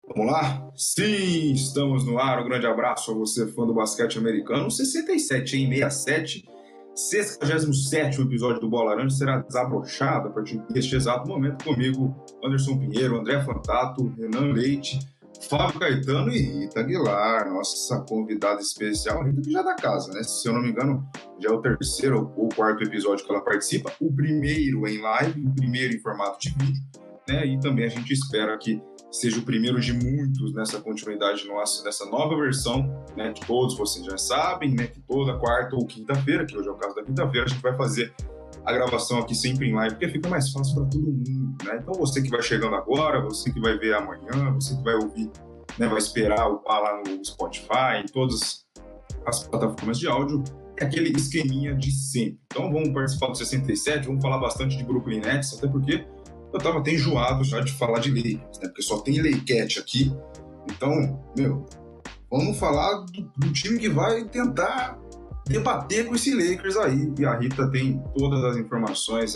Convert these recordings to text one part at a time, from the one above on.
Vamos lá? Sim, estamos no ar. Um grande abraço a você, fã do basquete americano. 67, hein? 67. 67º episódio do Bola Laranja será desabrochado a partir deste exato momento comigo, Anderson Pinheiro, André Fantato, Renan Leite, Fábio Caetano e Rita Aguilar, nossa convidada especial. Rita que já é da casa, né? Se eu não me engano, já é o terceiro ou quarto episódio que ela participa. O primeiro em live, o primeiro em formato de vídeo, né? E também a gente espera que seja o primeiro de muitos nessa continuidade nossa, nessa nova versão, né, que todos vocês já sabem, né, que toda quarta ou quinta-feira, que hoje é o caso da quinta-feira, a gente vai fazer a gravação aqui sempre em live, porque fica mais fácil para todo mundo, né? Então você que vai chegando agora, você que vai ver amanhã, você que vai ouvir, né, vai esperar upar lá no Spotify, em todas as plataformas de áudio, é aquele esqueminha de sempre. Então vamos participar do 67, vamos falar bastante de Brooklyn Nets, até porque eu tava até enjoado já de falar de Lakers, né? Porque só tem Lakers aqui. Então, vamos falar do time que vai tentar debater com esse Lakers aí. E a Rita tem todas as informações,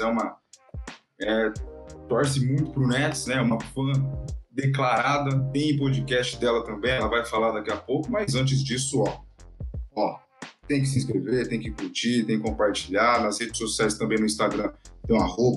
torce muito pro Nets, né? Uma fã declarada, tem podcast dela também, ela vai falar daqui a pouco, mas antes disso, tem que se inscrever, tem que curtir, tem que compartilhar. Nas redes sociais também, no Instagram tem o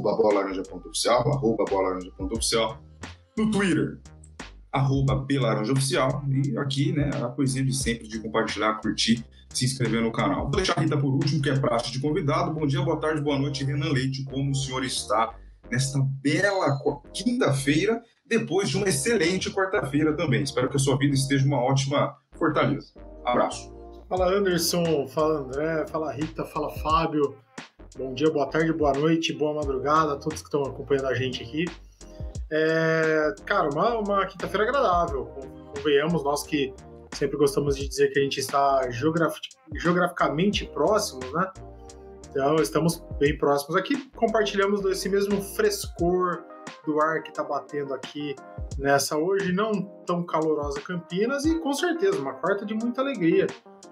@bolalaranja.oficial. No Twitter, @belaranjaoficial. E aqui, né, a coisinha de sempre de compartilhar, curtir, se inscrever no canal. Vou deixar a Rita por último, que é praxe de convidado. Bom dia, boa tarde, boa noite, Renan Leite. Como o senhor está nesta bela quinta-feira, depois de uma excelente quarta-feira também? Espero que a sua vida esteja uma ótima fortaleza. Abraço. Fala Anderson, fala André, fala Rita, fala Fábio. Bom dia, boa tarde, boa noite, boa madrugada a todos que estão acompanhando a gente aqui. Cara, uma quinta-feira agradável. Convenhamos, nós que sempre gostamos de dizer que a gente está geograficamente próximos, né? Então, estamos bem próximos aqui. Compartilhamos desse mesmo frescor do ar que está batendo aqui nessa hoje não tão calorosa Campinas e, com certeza, uma quarta de muita alegria.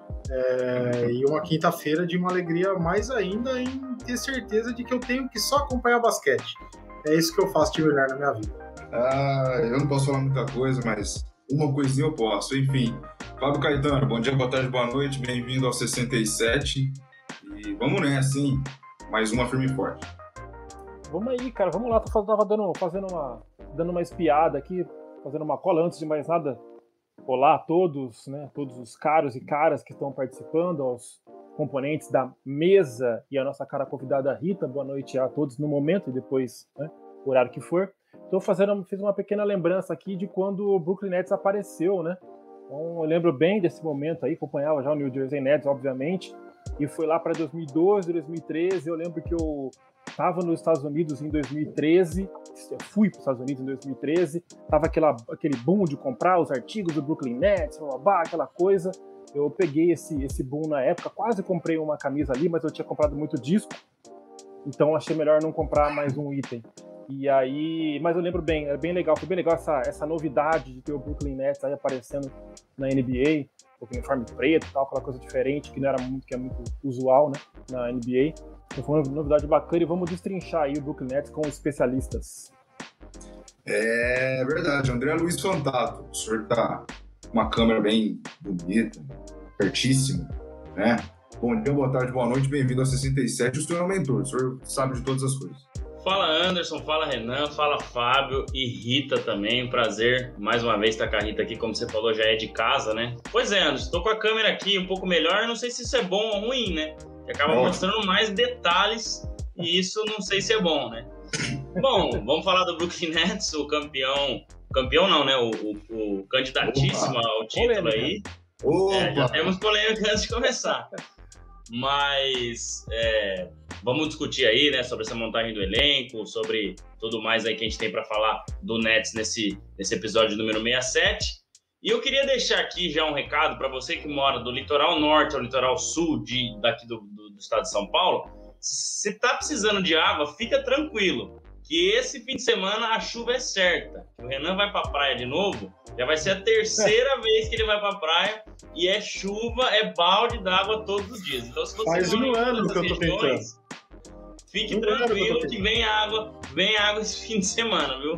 E uma quinta-feira de uma alegria mais ainda em ter certeza de que eu tenho que só acompanhar basquete. É isso que eu faço de melhor na minha vida. Eu não posso falar muita coisa, mas uma coisinha eu posso. Enfim, Fábio Caetano, bom dia, boa tarde, boa noite, bem-vindo ao 67. E vamos nessa, hein? Mais uma firme e forte. Vamos aí, cara, vamos lá. Tava dando uma espiada aqui, fazendo uma cola antes de mais nada. Olá a todos, né? Todos os caros e caras que estão participando, aos componentes da mesa e a nossa cara convidada Rita. Boa noite a todos no momento e depois, né, o horário que for. Fiz uma pequena lembrança aqui de quando o Brooklyn Nets apareceu, né? Então, eu lembro bem desse momento aí, acompanhava já o New Jersey Nets, obviamente, e foi lá para 2012, 2013. Eu lembro que eu estava nos Estados Unidos em 2013, fui para os Estados Unidos em 2013, tava aquele boom de comprar os artigos do Brooklyn Nets, aquela coisa. Eu peguei esse boom na época, quase comprei uma camisa ali, mas eu tinha comprado muito disco, então achei melhor não comprar mais um item. E aí, mas eu lembro bem, era bem legal, foi bem legal essa novidade de ter o Brooklyn Nets aí aparecendo na NBA, com o uniforme preto e tal, aquela coisa diferente que é muito usual, né, na NBA. Então foi uma novidade bacana e vamos destrinchar aí o Brooklyn Nets com especialistas. É verdade, André Luiz Fantato, o senhor tá com uma câmera bem bonita, pertíssimo, né? Bom dia, boa tarde, boa noite, bem-vindo ao 67. O senhor é o mentor, o senhor sabe de todas as coisas. Fala Anderson, fala Renan, fala Fábio e Rita também, prazer mais uma vez estar com a Rita aqui, como você falou, já é de casa, né? Pois é, Anderson, tô com a câmera aqui um pouco melhor, não sei se isso é bom ou ruim, né? Que acaba mostrando mais detalhes e isso não sei se é bom, né? Bom, vamos falar do Brooklyn Nets, o campeão não, né? O candidatíssimo ao título aí. Já temos polêmica antes de começar. Mas vamos discutir aí, né, sobre essa montagem do elenco, sobre tudo mais aí que a gente tem para falar do Nets nesse episódio número 67. E eu queria deixar aqui já um recado para você que mora do litoral norte ao litoral sul daqui do estado de São Paulo. Se tá precisando de água, fica tranquilo, que esse fim de semana a chuva é certa. O Renan vai pra praia de novo, já vai ser a terceira vez que ele vai pra praia, e é chuva, é balde d'água todos os dias. Então, se você faz um ano que eu tô tentando. Fique tranquilo que vem água esse fim de semana, viu?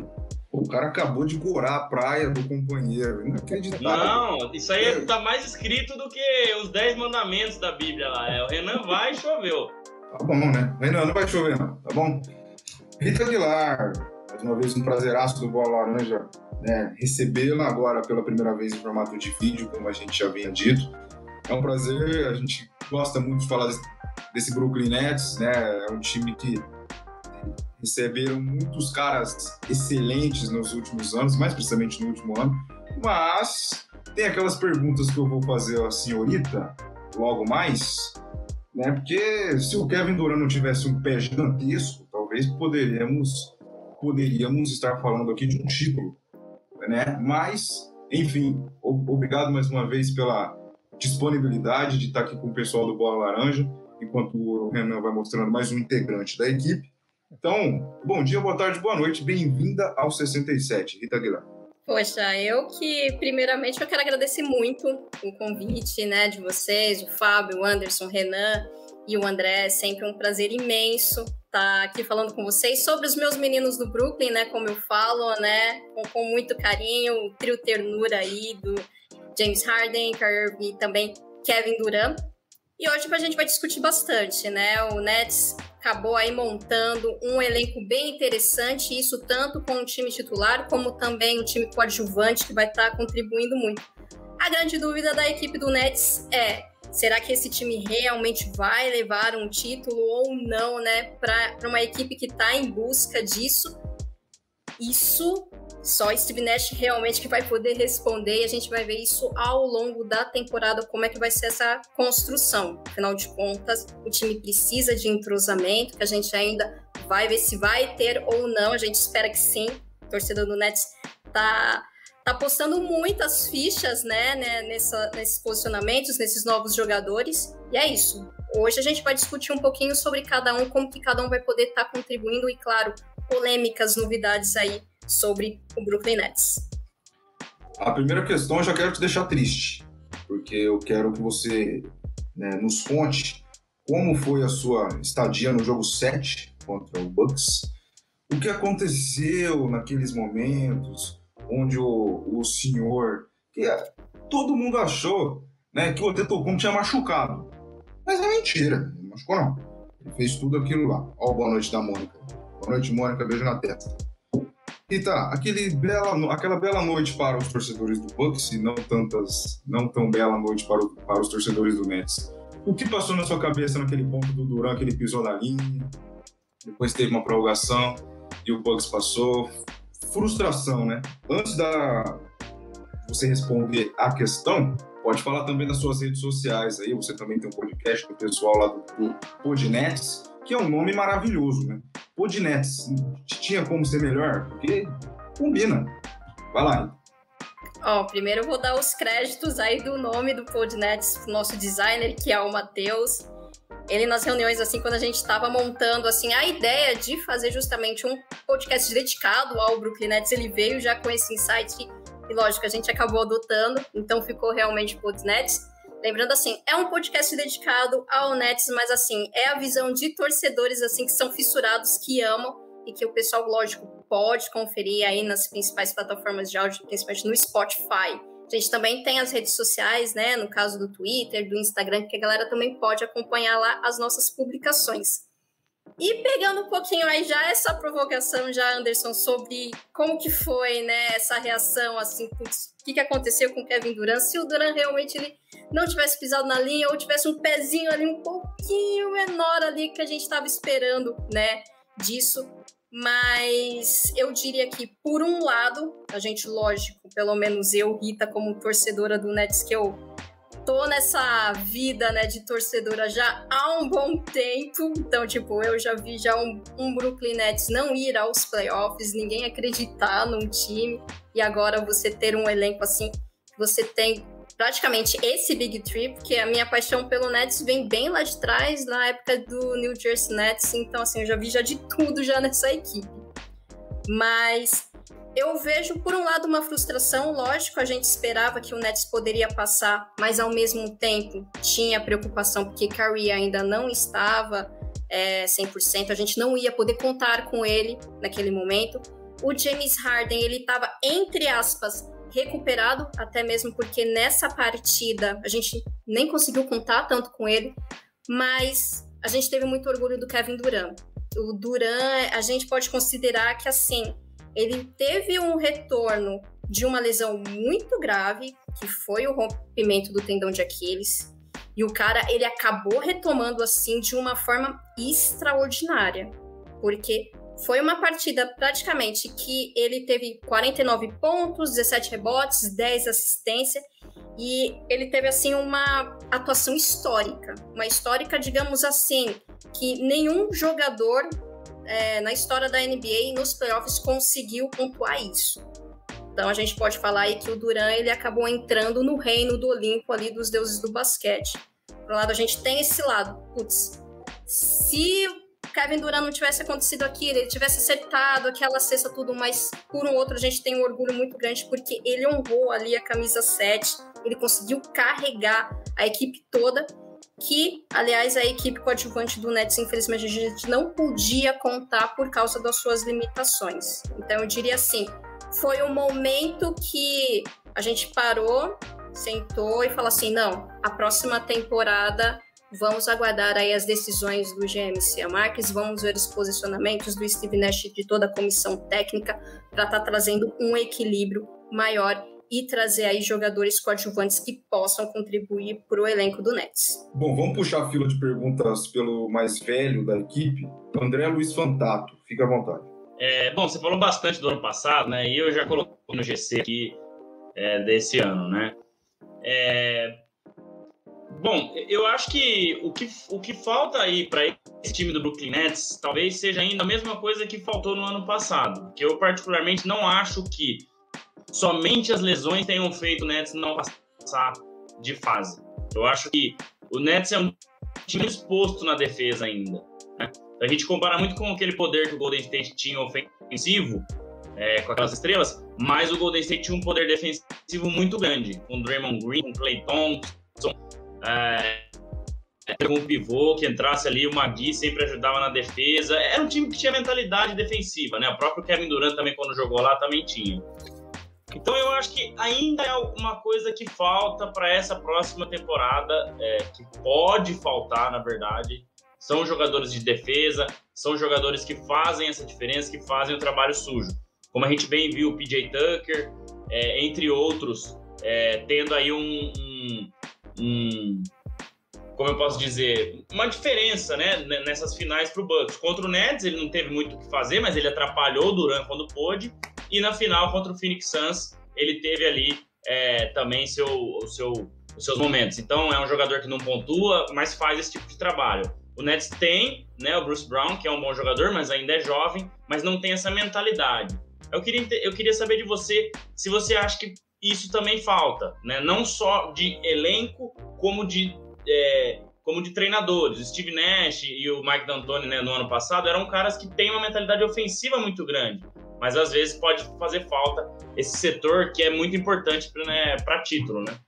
O cara acabou de gorar a praia do companheiro. Inacreditável. Não, isso aí tá mais escrito do que os 10 mandamentos da Bíblia lá. O Renan vai e choveu. Tá bom, né? Renan, não vai chover não, tá bom? Rita Aguilar, mais uma vez um prazeraço do Bola Laranja, né? Recebê-la agora pela primeira vez em formato de vídeo, como a gente já havia dito. É um prazer, a gente gosta muito de falar desse Brooklyn Nets, né? É um time que receberam muitos caras excelentes nos últimos anos, mais precisamente no último ano, mas tem aquelas perguntas que eu vou fazer à senhorita logo mais, né? Porque se o Kevin Durant não tivesse um pé gigantesco, talvez poderíamos estar falando aqui de um título, né? Mas, enfim, obrigado mais uma vez pela disponibilidade de estar aqui com o pessoal do Bola Laranja, enquanto o Renan vai mostrando mais um integrante da equipe. Então, bom dia, boa tarde, boa noite, bem-vinda ao 67, Rita Aguilar. Poxa, primeiramente, eu quero agradecer muito o convite, né, de vocês, o Fábio, o Anderson, o Renan e o André. É sempre um prazer imenso estar aqui falando com vocês sobre os meus meninos do Brooklyn, né, como eu falo, né, com muito carinho, o trio ternura aí do James Harden, Kyrie Irving e também Kevin Durant. E hoje a gente vai discutir bastante, né? O Nets acabou aí montando um elenco bem interessante, isso tanto com o time titular, como também o time coadjuvante, que vai estar contribuindo muito. A grande dúvida da equipe do Nets é, será que esse time realmente vai levar um título ou não, né? Para uma equipe que está em busca disso? Isso só Steve Nash realmente que vai poder responder, e a gente vai ver isso ao longo da temporada, como é que vai ser essa construção. Afinal de contas, o time precisa de entrosamento, que a gente ainda vai ver se vai ter ou não, a gente espera que sim. O torcedor do Nets tá apostando muitas fichas, né, nesses posicionamentos, nesses novos jogadores, e é isso. Hoje a gente vai discutir um pouquinho sobre cada um, como que cada um vai poder estar contribuindo, e claro, polêmicas, novidades aí sobre o Brooklyn Nets. A primeira questão eu já quero te deixar triste, porque eu quero que você, né, nos conte como foi a sua estadia no jogo 7 contra o Bucks, o que aconteceu naqueles momentos onde o senhor, que todo mundo achou, né, que o Antetokounmpo tinha machucado, mas é mentira, não machucou não, ele fez tudo aquilo lá. Ó, boa noite da Mônica. Boa noite, Mônica, beijo na testa. E tá, aquela bela noite para os torcedores do Bucks e não tão bela noite para os torcedores do Nets. O que passou na sua cabeça naquele ponto do Durant, que ele pisou na linha, depois teve uma prorrogação e o Bucks passou? Frustração, né? Antes de você responder a questão, pode falar também das suas redes sociais aí, você também tem um podcast do pessoal lá do Podnets, que é um nome maravilhoso, né? Podnets, tinha como ser melhor? Porque combina. Vai lá. Primeiro eu vou dar os créditos aí do nome do Podnets, nosso designer, que é o Matheus. Ele, nas reuniões, assim, quando a gente estava montando, assim, a ideia de fazer justamente um podcast dedicado ao Brooklyn Nets, ele veio já com esse insight e, lógico, a gente acabou adotando, então ficou realmente Podnets. Lembrando, assim, é um podcast dedicado ao Nets, mas, assim, é a visão de torcedores, assim, que são fissurados, que amam, e que o pessoal, lógico, pode conferir aí nas principais plataformas de áudio, principalmente no Spotify. A gente também tem as redes sociais, né, no caso do Twitter, do Instagram, que a galera também pode acompanhar lá as nossas publicações. E pegando um pouquinho aí já essa provocação já, Anderson, sobre como que foi, né, essa reação, assim, putz, o que aconteceu com o Kevin Durant, se o Durant realmente ele não tivesse pisado na linha ou tivesse um pezinho ali um pouquinho menor ali que a gente estava esperando, né, disso. Mas eu diria que, por um lado, a gente, lógico, pelo menos eu, Rita, como torcedora do Nets, que eu tô nessa vida, né, de torcedora já há um bom tempo, então, tipo, eu já vi já um Brooklyn Nets não ir aos playoffs, ninguém acreditar num time, e agora você ter um elenco assim, você tem praticamente esse Big Three, porque a minha paixão pelo Nets vem bem lá de trás, na época do New Jersey Nets, então, assim, eu já vi já de tudo já nessa equipe. Mas eu vejo, por um lado, uma frustração, lógico, a gente esperava que o Nets poderia passar, mas ao mesmo tempo tinha preocupação, porque Kyrie ainda não estava 100%, a gente não ia poder contar com ele naquele momento. O James Harden, ele estava, entre aspas, recuperado, até mesmo porque nessa partida a gente nem conseguiu contar tanto com ele, mas a gente teve muito orgulho do Kevin Durant. O Durant, a gente pode considerar que, assim, ele teve um retorno de uma lesão muito grave, que foi o rompimento do tendão de Aquiles, e o cara, ele acabou retomando, assim, de uma forma extraordinária, porque foi uma partida praticamente que ele teve 49 pontos, 17 rebotes, 10 assistências, e ele teve, assim, uma atuação histórica. Uma histórica, digamos assim, que nenhum jogador na história da NBA, nos playoffs, conseguiu pontuar isso. Então, a gente pode falar aí que o Durant, ele acabou entrando no reino do Olimpo ali dos deuses do basquete. Por um lado, a gente tem esse lado. Putz, se Kevin Durant não tivesse acontecido aquilo, ele tivesse acertado aquela cesta tudo, mas por um outro a gente tem um orgulho muito grande porque ele honrou ali a camisa 7, ele conseguiu carregar a equipe toda, que, aliás, a equipe coadjuvante do Nets, infelizmente, a gente não podia contar por causa das suas limitações. Então, eu diria assim, foi um momento que a gente parou, sentou e falou assim, não, a próxima temporada vamos aguardar aí as decisões do GM Sean Marks, vamos ver os posicionamentos do Steve Nash e de toda a comissão técnica para estar trazendo um equilíbrio maior e trazer aí jogadores coadjuvantes que possam contribuir para o elenco do Nets. Bom, vamos puxar a fila de perguntas pelo mais velho da equipe, André Luiz Fantato. Fica à vontade. Bom, você falou bastante do ano passado, né? E eu já coloquei no GC aqui desse ano, né? Bom, eu acho que o que falta aí para esse time do Brooklyn Nets talvez seja ainda a mesma coisa que faltou no ano passado, que eu particularmente não acho que somente as lesões tenham feito o Nets não passar de fase. Eu acho que o Nets é um time exposto na defesa ainda, né? A gente compara muito com aquele poder que o Golden State tinha ofensivo, com aquelas estrelas, mas o Golden State tinha um poder defensivo muito grande, com Draymond Green, com Klay Thompson, com um pivô que entrasse ali, o Magui sempre ajudava na defesa. Era um time que tinha mentalidade defensiva, né? O próprio Kevin Durant também, quando jogou lá, também tinha. Então eu acho que ainda é uma coisa que falta para essa próxima temporada, que pode faltar, na verdade. São jogadores de defesa, são jogadores que fazem essa diferença, que fazem o trabalho sujo. Como a gente bem viu o PJ Tucker, entre outros, tendo aí como eu posso dizer, uma diferença, né, nessas finais para o Bucks. Contra o Nets ele não teve muito o que fazer, mas ele atrapalhou o Durant quando pôde, e na final contra o Phoenix Suns ele teve ali também os seus momentos. Então é um jogador que não pontua, mas faz esse tipo de trabalho. O Nets tem, né, o Bruce Brown, que é um bom jogador, mas ainda é jovem, mas não tem essa mentalidade. Eu queria saber de você se você acha que isso também falta, né? Não só de elenco, como de treinadores. O Steve Nash e o Mike D'Antoni, né, no ano passado, eram caras que têm uma mentalidade ofensiva muito grande, mas às vezes pode fazer falta esse setor que é muito importante para título, né?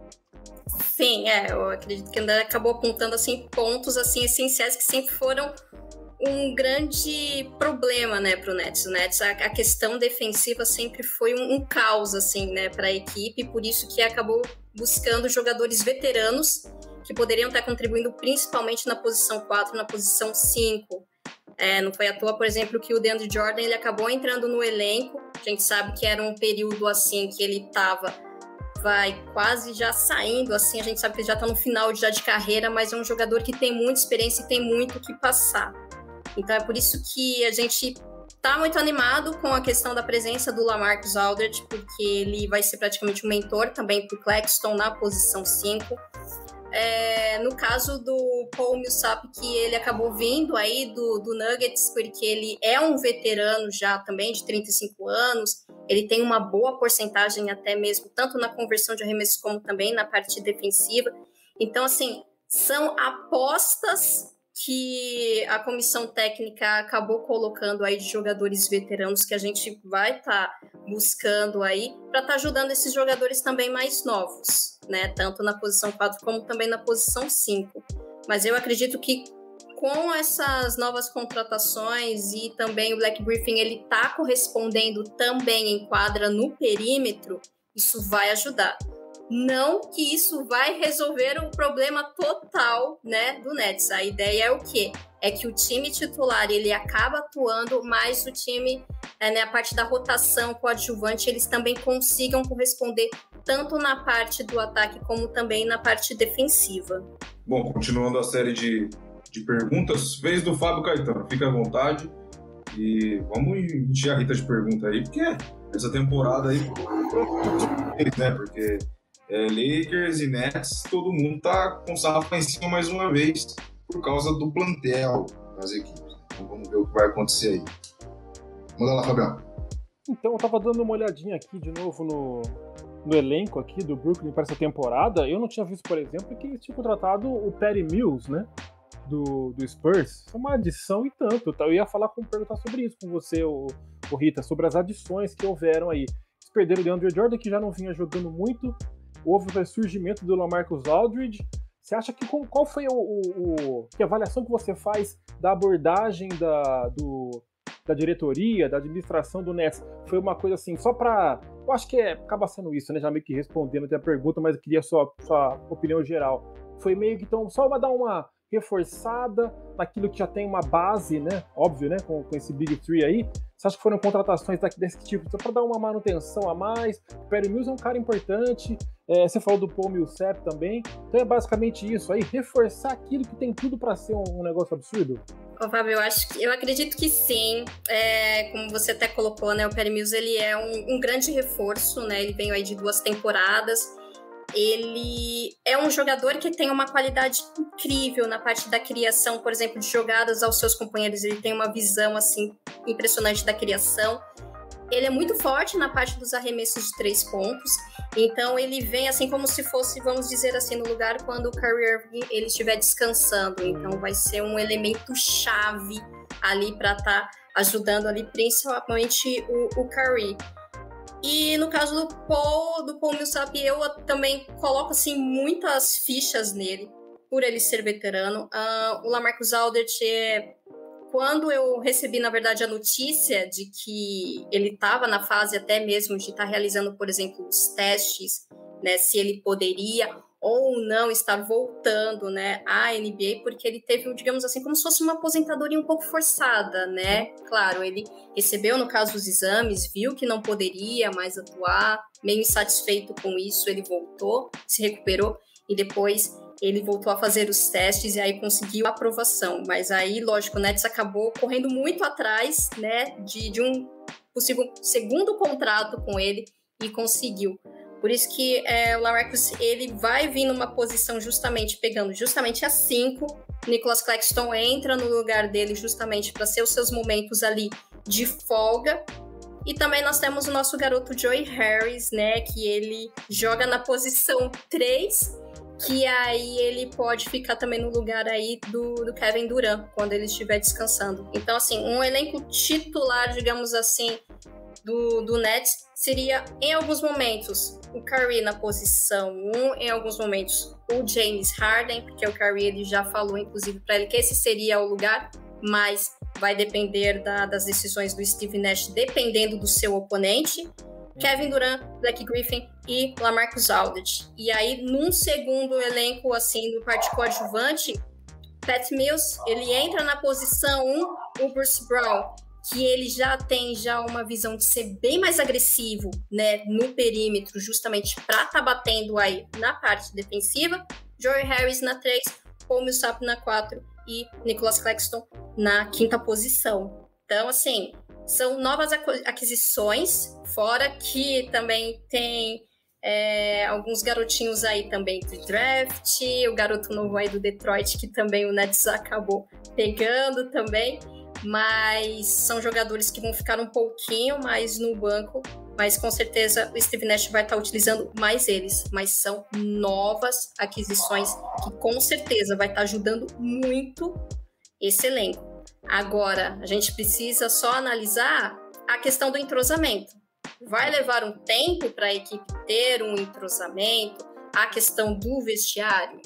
Sim, eu acredito que o André acabou apontando assim, pontos assim, essenciais que sempre foram um grande problema, né, para o Nets. O Nets, a questão defensiva sempre foi um caos assim, né, para a equipe, por isso que acabou buscando jogadores veteranos que poderiam estar contribuindo principalmente na posição 4, na posição 5. Não foi à toa, por exemplo, que o DeAndre Jordan ele acabou entrando no elenco. A gente sabe que era um período assim que ele estava quase já saindo, assim, a gente sabe que ele já está no final já de carreira, mas é um jogador que tem muita experiência e tem muito o que passar. Então é por isso que a gente está muito animado com a questão da presença do LaMarcus Aldridge, porque ele vai ser praticamente um mentor também para o Claxton na posição 5. No caso do Paul Millsap, que ele acabou vindo aí do Nuggets, porque ele é um veterano já também, de 35 anos, ele tem uma boa porcentagem até mesmo, tanto na conversão de arremesso como também na parte defensiva. Então, assim, são apostas que a comissão técnica acabou colocando aí de jogadores veteranos que a gente vai estar buscando aí para estar ajudando esses jogadores também mais novos, né? Tanto na posição 4 como também na posição 5. Mas eu acredito que com essas novas contratações e também o Black Griffin, ele tá correspondendo também em quadra no perímetro, isso vai ajudar. Não que isso vai resolver o problema total, né, do Nets. A ideia é o quê? É que o time titular, ele acaba atuando, mas o time, né, a parte da rotação coadjuvante, eles também consigam corresponder tanto na parte do ataque como também na parte defensiva. Bom, continuando a série de perguntas, vez do Fábio Caetano, fica à vontade e vamos encher a Rita de pergunta aí, porque essa temporada aí, né, porque Lakers e Nets, todo mundo tá com sarrafo em cima mais uma vez por causa do plantel das equipes. Então vamos ver o que vai acontecer aí. Manda lá, Fabião. Então, eu tava dando uma olhadinha aqui de novo no elenco aqui do Brooklyn para essa temporada. Eu não tinha visto, por exemplo, que eles tinham contratado o Patty Mills, né, do Spurs. É uma adição e tanto. Eu ia perguntar sobre isso com você, o Rita, sobre as adições que houveram aí. Eles perderam o DeAndre Jordan, que já não vinha jogando muito. Houve o ressurgimento do LaMarcus Aldridge. Você acha que qual foi que avaliação que você faz da abordagem da diretoria, da administração do Nets? Foi uma coisa assim, só pra... Eu acho que acaba sendo isso, né? Já meio que respondendo até a pergunta, mas eu queria sua opinião geral. Foi meio que então, só dar uma reforçada naquilo que já tem uma base, né? Óbvio, né? Com esse Big Three aí. Você acha que foram contratações desse tipo, só para dar uma manutenção a mais? O Patty Mills é um cara importante. Você falou do Paul Millsap também. Então é basicamente isso aí, reforçar aquilo que tem tudo para ser um negócio absurdo? Ô, Fábio, eu acredito que sim. Como você até colocou, né? O Patty Mills, ele é um grande reforço, né? Ele veio aí de 2 temporadas. Ele é um jogador que tem uma qualidade incrível na parte da criação, por exemplo, de jogadas aos seus companheiros. Ele tem uma visão, assim, impressionante da criação. Ele é muito forte na parte dos arremessos de 3 pontos. Então, ele vem, assim, como se fosse, vamos dizer assim, no lugar quando o Kyrie Irving ele estiver descansando. Então, vai ser um elemento chave ali para estar ajudando ali, principalmente o Kyrie. E no caso do Paul Millsap, eu também coloco assim, muitas fichas nele, por ele ser veterano. O LaMarcus Aldridge, quando eu recebi, na verdade, a notícia de que ele estava na fase até mesmo de estar realizando, por exemplo, os testes, né, se ele poderia ou não estar voltando, né, à NBA, porque ele teve, digamos assim, como se fosse uma aposentadoria um pouco forçada, né? Claro, ele recebeu, no caso, os exames, viu que não poderia mais atuar, meio insatisfeito com isso, ele voltou, se recuperou e depois ele voltou a fazer os testes e aí conseguiu a aprovação. Mas aí, lógico, o Nets acabou correndo muito atrás, né, de um possível segundo contrato com ele e conseguiu. Por isso que o LaMarcus, ele vai vir numa posição justamente, pegando justamente a 5. Nicholas Claxton entra no lugar dele justamente para ser os seus momentos ali de folga. E também nós temos o nosso garoto Joe Harris, né, que ele joga na posição 3, que aí ele pode ficar também no lugar aí do Kevin Durant, quando ele estiver descansando. Então, assim, um elenco titular, digamos assim, do Nets seria, em alguns momentos, o Kyrie na posição 1, em alguns momentos o James Harden, porque o Kyrie ele já falou, inclusive, para ele que esse seria o lugar, mas vai depender das decisões do Steve Nash, dependendo do seu oponente. Kevin Durant, Black Griffin e LaMarcus Aldridge. E aí, num segundo elenco, assim, do parte coadjuvante, Pat Mills, ele entra na posição 1, o Bruce Brown, que ele já tem uma visão de ser bem mais agressivo, né, no perímetro, justamente para estar batendo aí na parte defensiva. Joe Harris na 3, Paul Millsap na 4 e Nicholas Claxton na 5ª posição. Então, assim, são novas aquisições, fora que também tem alguns garotinhos aí também do draft, o garoto novo aí do Detroit, que também o Nets acabou pegando também. Mas são jogadores que vão ficar um pouquinho mais no banco, mas com certeza o Steve Nash vai estar utilizando mais eles, mas são novas aquisições que com certeza vai estar ajudando muito esse elenco. Agora, a gente precisa só analisar a questão do entrosamento. Vai levar um tempo para a equipe ter um entrosamento, a questão do vestiário.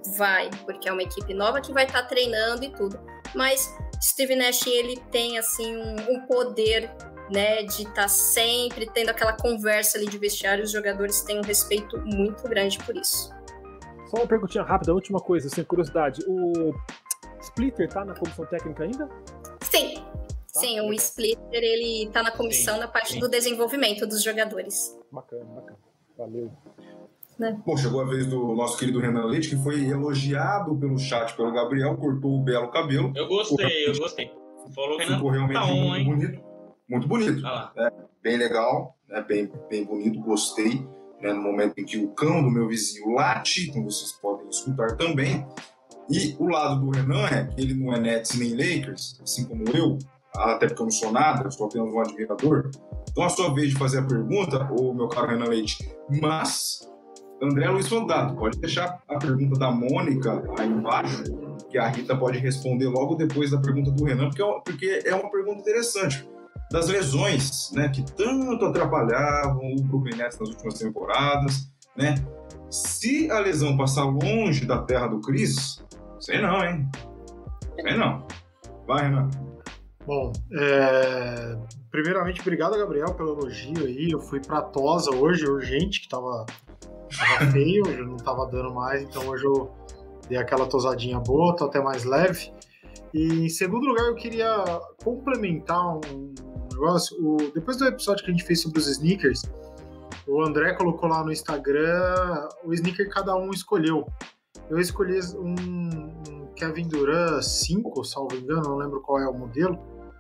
Vai, porque é uma equipe nova que vai estar treinando e tudo. Mas Steve Nash, ele tem, assim, um poder, né, de estar sempre tendo aquela conversa ali de vestiário. Os jogadores têm um respeito muito grande por isso. Só uma perguntinha rápida, última coisa, sem curiosidade. O Splitter tá na comissão técnica ainda? Sim. Sim, o Splitter, ele tá na comissão na parte do desenvolvimento dos jogadores. Bacana. Valeu. Né? Bom, chegou a vez do nosso querido Renan Leite, que foi elogiado pelo chat pelo Gabriel, cortou o belo cabelo. Eu gostei. Falou que ficou realmente bonito. Muito bonito. Bem legal, né? bem bonito, gostei. Né? No momento em que o cão do meu vizinho late, como vocês podem escutar também. E o lado do Renan é que ele não é Nets nem Lakers, assim como eu, até porque eu não sou nada, eu sou apenas um admirador. Então, a sua vez de fazer a pergunta, ô meu caro Renan Leite, mas André Luiz Fandato, pode deixar a pergunta da Mônica aí embaixo, que a Rita pode responder logo depois da pergunta do Renan, porque é uma pergunta interessante. Das lesões, né, que tanto atrapalhavam o Brooklyn Nets nas últimas temporadas, né? Se a lesão passar longe da terra do Chris, sei não, hein? Sei não. Vai, Renan. Bom, primeiramente, obrigado, Gabriel, pelo elogio aí. Eu fui pra tosa hoje, urgente, que tava feio, eu não tava dando mais, então hoje eu dei aquela tosadinha boa, tô até mais leve. E em segundo lugar, eu queria complementar um negócio. Depois do episódio que a gente fez sobre os sneakers, o André colocou lá no Instagram o sneaker que cada um escolheu. Eu escolhi um Kevin Durant 5, salvo engano, não lembro qual é o modelo,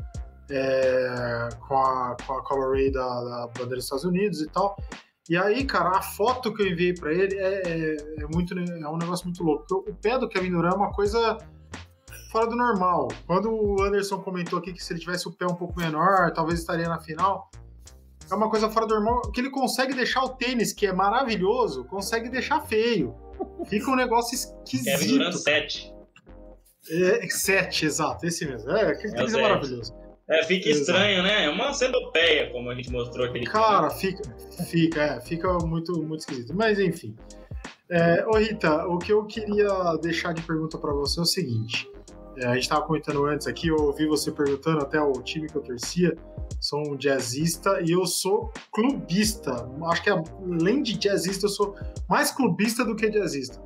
com a colorway da bandeira dos Estados Unidos e tal. E aí, cara, a foto que eu enviei pra ele é um negócio muito louco. Porque o pé do Kevin Durant é uma coisa fora do normal. Quando o Anderson comentou aqui que se ele tivesse o pé um pouco menor, talvez estaria na final. É uma coisa fora do normal, que ele consegue deixar o tênis, que é maravilhoso, consegue deixar feio. Fica um negócio esquisito. Kevin Durant 7. 7, exato, esse mesmo. Aquele tênis é maravilhoso. Fica estranho, né? É uma centopeia, como a gente mostrou aquele cara, fica muito, muito esquisito. Mas, enfim. Ô, Rita, o que eu queria deixar de pergunta pra você é o seguinte. A gente estava comentando antes aqui, eu ouvi você perguntando até o time que eu torcia. Sou um jazzista e eu sou clubista. Acho que além de jazzista, eu sou mais clubista do que jazzista.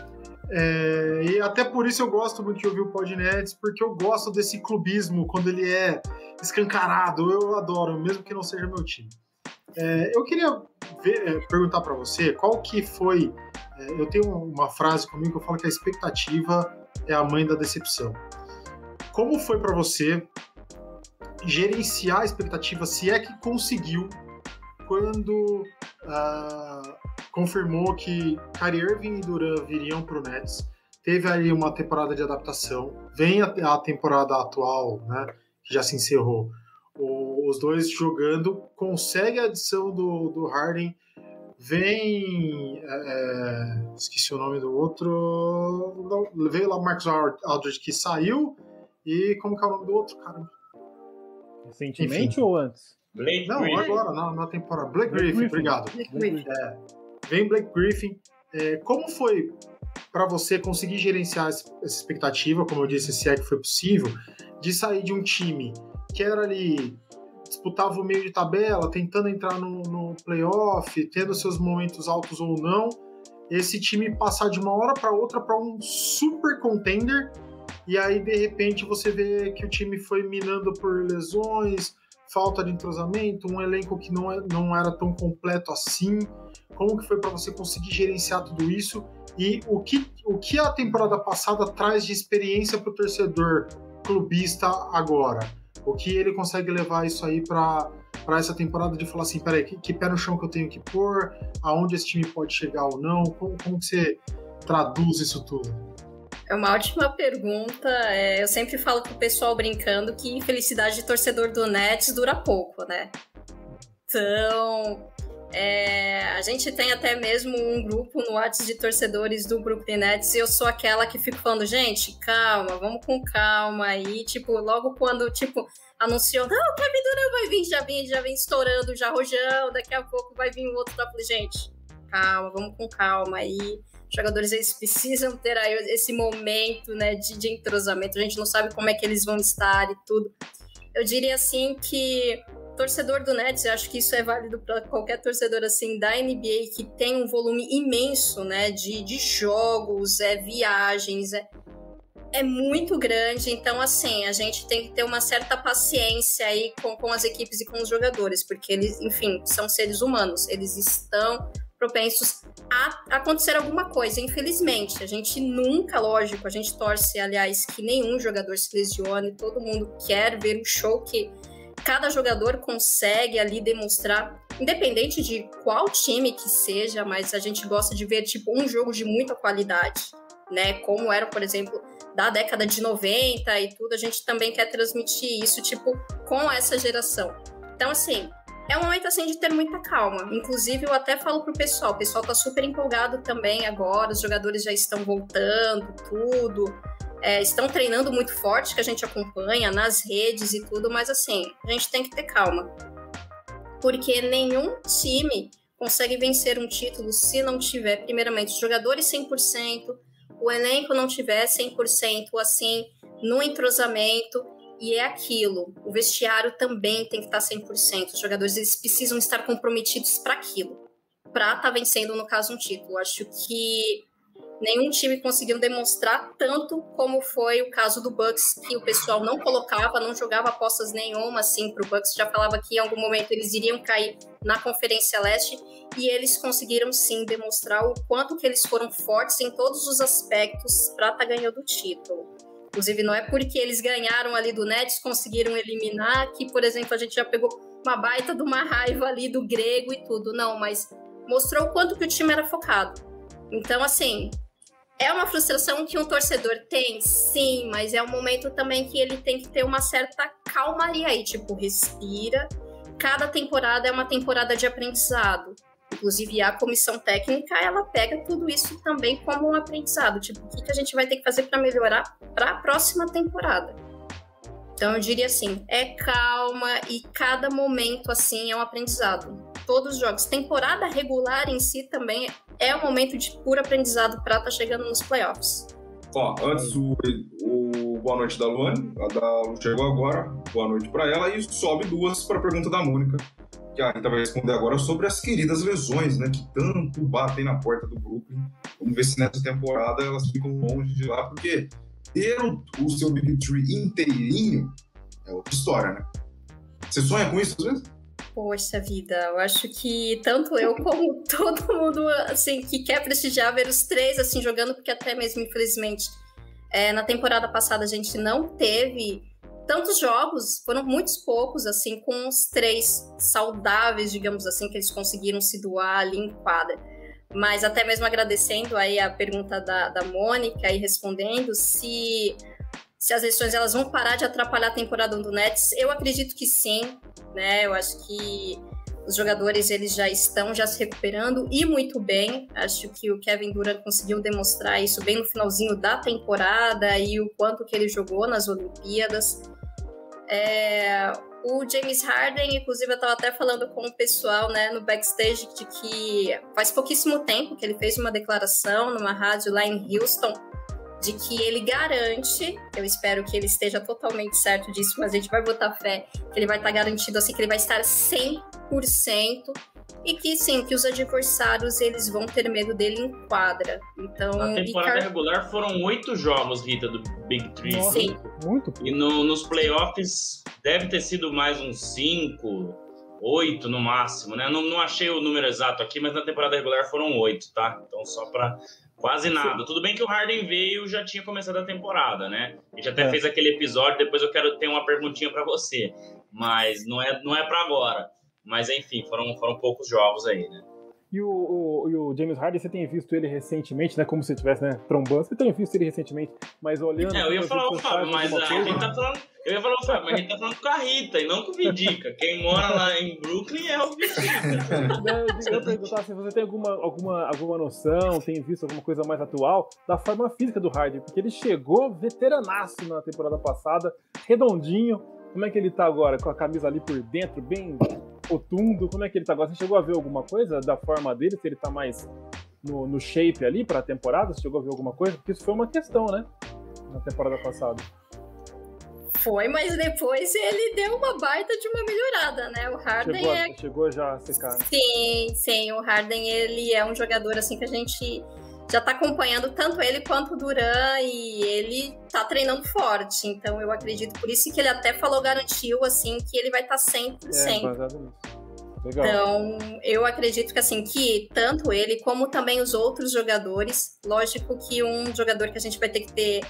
E até por isso eu gosto muito de ouvir o Podnets, porque eu gosto desse clubismo quando ele é escancarado. Eu adoro, mesmo que não seja meu time. Eu queria perguntar para você qual que foi... eu tenho uma frase comigo que eu falo que a expectativa é a mãe da decepção. Como foi para você gerenciar a expectativa, se é que conseguiu, quando confirmou que Kyrie Irving e Durant viriam para o Nets? Teve aí uma temporada de adaptação, vem a temporada atual, né, que já se encerrou, os dois jogando, consegue a adição do Harden, vem... esqueci o nome do outro... Veio lá o Marcus Aldridge, que saiu, e como que é o nome do outro, cara? Recentemente ou antes? Blake Não, Griffin. Agora, na temporada. Blake Griffin, obrigado. Vem Blake Griffin. Como foi para você conseguir gerenciar essa expectativa, como eu disse, se é que foi possível, de sair de um time que era ali... disputava o meio de tabela, tentando entrar no playoff, tendo seus momentos altos ou não, esse time passar de uma hora para outra para um super contender, e aí de repente você vê que o time foi minando por lesões, falta de entrosamento, um elenco que não era tão completo assim. Como que foi para você conseguir gerenciar tudo isso? E o que a temporada passada traz de experiência para o torcedor clubista agora? O que ele consegue levar isso aí para essa temporada, de falar assim, peraí, que pé no chão que eu tenho que pôr, aonde esse time pode chegar ou não, como que você traduz isso tudo? É uma ótima pergunta. Eu sempre falo pro pessoal brincando que felicidade de torcedor do Nets dura pouco, né? Então, a gente tem até mesmo um grupo no WhatsApp de torcedores do Brooklyn Nets, e eu sou aquela que fico falando, gente, calma, vamos com calma aí, tipo, logo quando, tipo, anunciou, não, o Kevin Durant vai vir, já vem estourando, já rojão, daqui a pouco vai vir o outro, tá? Falei, gente, calma, vamos com calma aí, Os jogadores, eles precisam ter aí esse momento, né, de entrosamento. A gente não sabe como é que eles vão estar e tudo. Eu diria, assim, que torcedor do Nets, eu acho que isso é válido para qualquer torcedor, assim, da NBA, que tem um volume imenso, né, de jogos, viagens, é muito grande. Então, assim, a gente tem que ter uma certa paciência aí com as equipes e com os jogadores, porque eles, enfim, são seres humanos, eles estão propensos a acontecer alguma coisa, infelizmente. A gente nunca, lógico, a gente torce, aliás, que nenhum jogador se lesione, todo mundo quer ver o show que cada jogador consegue ali demonstrar, independente de qual time que seja, mas a gente gosta de ver, tipo, um jogo de muita qualidade, né? Como era, por exemplo, da década de 90 e tudo, a gente também quer transmitir isso, tipo, com essa geração. Então, assim, é um momento, assim, de ter muita calma. Inclusive, eu até falo pro pessoal, o pessoal tá super empolgado também agora, os jogadores já estão voltando, tudo, estão treinando muito forte, que a gente acompanha nas redes e tudo, mas, assim, a gente tem que ter calma. Porque nenhum time consegue vencer um título se não tiver, primeiramente, os jogadores 100%, o elenco não tiver 100%, assim, no entrosamento, e é aquilo. O vestiário também tem que estar 100%. Os jogadores, eles precisam estar comprometidos para aquilo, para estar vencendo, no caso, um título. Acho que nenhum time conseguiu demonstrar tanto como foi o caso do Bucks, que o pessoal não colocava, não jogava apostas nenhuma, assim, pro Bucks. Já falava que em algum momento eles iriam cair na Conferência Leste, e eles conseguiram, sim, demonstrar o quanto que eles foram fortes em todos os aspectos para estar ganhando o título. Inclusive, não é porque eles ganharam ali do Nets, conseguiram eliminar, que, por exemplo, a gente já pegou uma baita de uma raiva ali do grego e tudo. Não, mas mostrou o quanto que o time era focado. Então, assim, é uma frustração que um torcedor tem? Sim, mas é um momento também que ele tem que ter uma certa calmaria aí, tipo, respira. Cada temporada é uma temporada de aprendizado. Inclusive, a comissão técnica, ela pega tudo isso também como um aprendizado. Tipo, o que a gente vai ter que fazer para melhorar para a próxima temporada? Então, eu diria assim, calma, e cada momento, assim, é um aprendizado. Todos os jogos. Temporada regular em si também é um momento de puro aprendizado para estar chegando nos playoffs. Ó, antes o boa noite da Luane, a da Lu chegou agora, boa noite para ela, e sobe duas para a pergunta da Mônica, que a Rita vai responder agora sobre as queridas lesões, né, que tanto batem na porta do Brooklyn. Vamos ver se nessa temporada elas ficam longe de lá, porque ter o seu Big Three inteirinho é outra história, né? Você sonha com isso, às vezes? Poxa vida, eu acho que tanto eu como todo mundo, assim, que quer prestigiar ver os três, assim, jogando, porque até mesmo, infelizmente, na temporada passada a gente não teve tantos jogos, foram muitos poucos, assim, com os três saudáveis, digamos assim, que eles conseguiram se doar ali em quadra. Mas até mesmo agradecendo aí a pergunta da Mônica e respondendo se as lesões elas vão parar de atrapalhar a temporada do Nets, eu acredito que sim, né? Eu acho que os jogadores eles já estão se recuperando e muito bem. Acho que o Kevin Durant conseguiu demonstrar isso bem no finalzinho da temporada e o quanto que ele jogou nas Olimpíadas. O James Harden, inclusive, eu estava até falando com o pessoal, né, no backstage, de que faz pouquíssimo tempo que ele fez uma declaração numa rádio lá em Houston, de que ele garante, eu espero que ele esteja totalmente certo disso, mas a gente vai botar fé, que ele vai estar garantido, assim, que ele vai estar 100%, e que sim, que os adversários, eles vão ter medo dele em quadra. Então, na temporada regular foram 8 jogos, Rita, do Big Three. Nossa, sim. Muito. E nos playoffs deve ter sido mais uns 5, 8 no máximo, né? Não achei o número exato aqui, mas na temporada regular foram 8, tá? Então só pra quase nada. Sim. Tudo bem que o Harden veio, já tinha começado a temporada, né? A gente até fez aquele episódio, depois eu quero ter uma perguntinha pra você. Mas não é pra agora. Mas enfim, foram poucos jogos aí, né? E o James Harden, você tem visto ele recentemente, né? Como se estivesse, né, trombando. Você tem visto ele recentemente, mas olhando... eu ia falar o Fábio, mas a gente tá falando... Eu ia falar o Fábio, mas a gente tá falando com a Rita e não com o Vidica. Quem mora lá em Brooklyn é o Vidica. Eu ia perguntar se você tem alguma noção, tem visto alguma coisa mais atual da forma física do Harden, porque ele chegou veteranaço na temporada passada, redondinho. Como é que ele tá agora? Com a camisa ali por dentro, bem rotundo. Como é que ele tá agora? Você chegou a ver alguma coisa da forma dele? Se ele tá mais no shape ali para a temporada? Você chegou a ver alguma coisa? Porque isso foi uma questão, né? Na temporada passada. Foi, mas depois ele deu uma baita de uma melhorada, né? O Harden chegou já a secar, né? Sim, o Harden, ele é um jogador assim que a gente já tá acompanhando tanto ele quanto o Durant, e ele tá treinando forte, então eu acredito, por isso que ele até garantiu, assim, que ele vai estar sempre. Baseado nisso. Legal. Então, eu acredito que, assim, que tanto ele como também os outros jogadores, lógico que um jogador que a gente vai ter que ter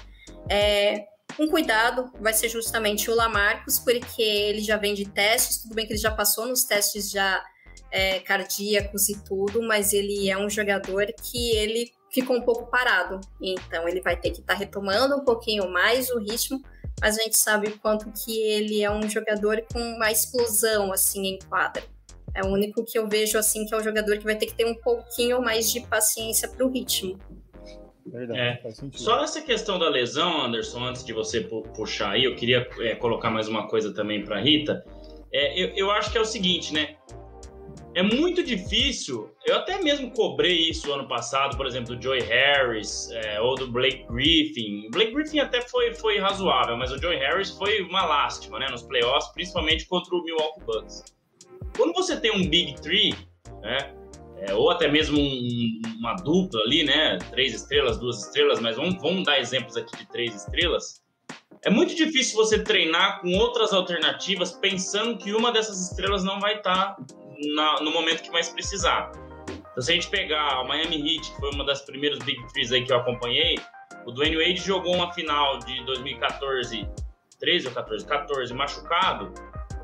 um cuidado vai ser justamente o LaMarcus, porque ele já vem de testes, tudo bem que ele já passou nos testes já cardíacos e tudo, mas ele é um jogador que ele ficou um pouco parado, então ele vai ter que estar retomando um pouquinho mais o ritmo, mas a gente sabe o quanto que ele é um jogador com uma explosão, assim, em quadra. É o único que eu vejo, assim, que é um jogador que vai ter que ter um pouquinho mais de paciência para o ritmo. Verdade, faz sentido. Só nessa questão da lesão, Anderson, antes de você puxar aí, eu queria colocar mais uma coisa também para Rita. Eu acho que é o seguinte, né? É muito difícil, eu até mesmo cobrei isso ano passado, por exemplo, do Joe Harris ou do Blake Griffin. O Blake Griffin até foi razoável, mas o Joe Harris foi uma lástima, né, nos playoffs, principalmente contra o Milwaukee Bucks. Quando você tem um Big Three, né, ou até mesmo uma dupla ali, né, 3 estrelas, 2 estrelas, mas vamos dar exemplos aqui de 3 estrelas, é muito difícil você treinar com outras alternativas pensando que uma dessas estrelas não vai estar no momento que mais precisar. Então, se a gente pegar o Miami Heat, que foi uma das primeiras Big Threes aí que eu acompanhei, o Dwayne Wade jogou uma final de 2014, 13 ou 14, machucado,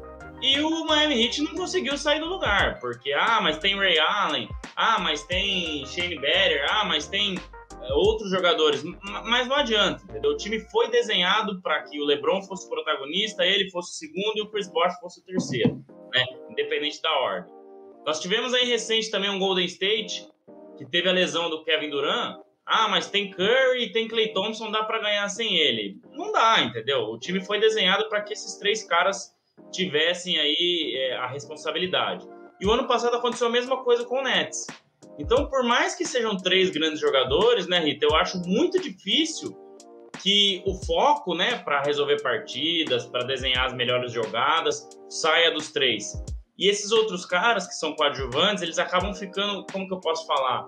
e o Miami Heat não conseguiu sair do lugar, porque, mas tem Ray Allen, mas tem Shane Battier, mas tem outros jogadores, mas não adianta, entendeu? O time foi desenhado para que o LeBron fosse o protagonista, ele fosse o segundo e o Chris Bosh fosse o terceiro, né? Independente da ordem. Nós tivemos aí recente também um Golden State que teve a lesão do Kevin Durant. Mas tem Curry e tem Klay Thompson, dá para ganhar sem ele. Não dá, entendeu? O time foi desenhado para que esses 3 caras tivessem aí a responsabilidade. E o ano passado aconteceu a mesma coisa com o Nets. Então, por mais que sejam 3 grandes jogadores, né, Rita, eu acho muito difícil que o foco, né, para resolver partidas, para desenhar as melhores jogadas, saia dos 3. E esses outros caras que são coadjuvantes, eles acabam ficando, como que eu posso falar?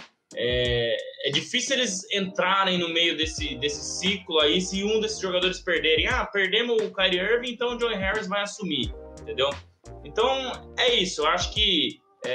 É difícil eles entrarem no meio desse ciclo aí, se um desses jogadores perderem. Perdemos o Kyrie Irving, então o Joe Harris vai assumir, entendeu? Então, é isso. Eu acho que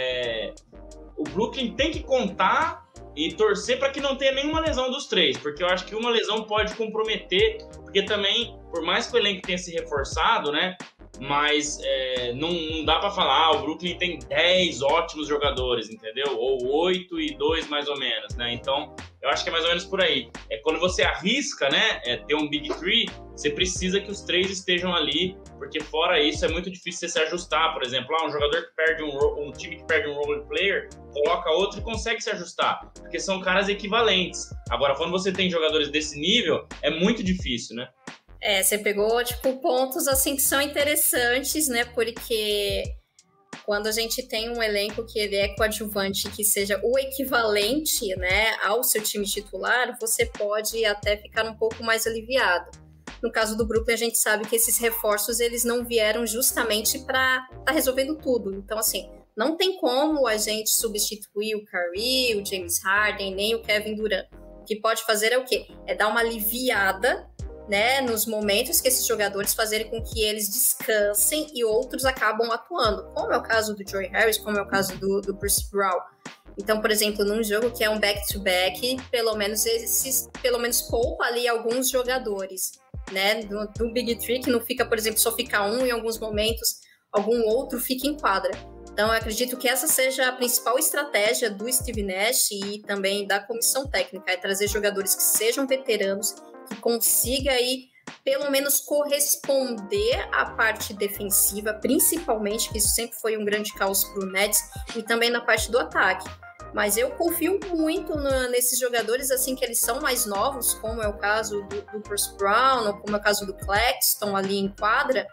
o Brooklyn tem que contar e torcer para que não tenha nenhuma lesão dos 3, porque eu acho que uma lesão pode comprometer, porque também, por mais que o elenco tenha se reforçado, né, mas não dá para falar, o Brooklyn tem 10 ótimos jogadores, entendeu? Ou 8 e 2 mais ou menos, né? Então, eu acho que é mais ou menos por aí. Quando você arrisca, né, ter um Big Three, você precisa que os 3 estejam ali, porque fora isso é muito difícil você se ajustar. Por exemplo, um jogador que perde um time que perde um role player, coloca outro e consegue se ajustar, porque são caras equivalentes. Agora, quando você tem jogadores desse nível, é muito difícil, né? Você pegou, pontos, assim, que são interessantes, né, porque quando a gente tem um elenco que ele é coadjuvante, que seja o equivalente, né, ao seu time titular, você pode até ficar um pouco mais aliviado. No caso do Brooklyn, a gente sabe que esses reforços, eles não vieram justamente para estar resolvendo tudo. Então, assim, não tem como a gente substituir o Curry, o James Harden, nem o Kevin Durant. O que pode fazer é o quê? É dar uma aliviada, né, nos momentos que esses jogadores fazerem com que eles descansem e outros acabam atuando, como é o caso do Joe Harris, como é o caso do Bruce Brown. Então, por exemplo, num jogo que é um back-to-back, pelo menos poupa ali alguns jogadores, né, do Big Three, que não fica, por exemplo, só fica um, em alguns momentos algum outro fica em quadra. Então, eu acredito que essa seja a principal estratégia do Steve Nash e também da comissão técnica, é trazer jogadores que sejam veteranos, que consiga aí, pelo menos, corresponder à parte defensiva, principalmente, que isso sempre foi um grande caos para o Nets, e também na parte do ataque. Mas eu confio muito nesses jogadores, assim, que eles são mais novos, como é o caso do Bruce Brown, ou como é o caso do Claxton ali em quadra,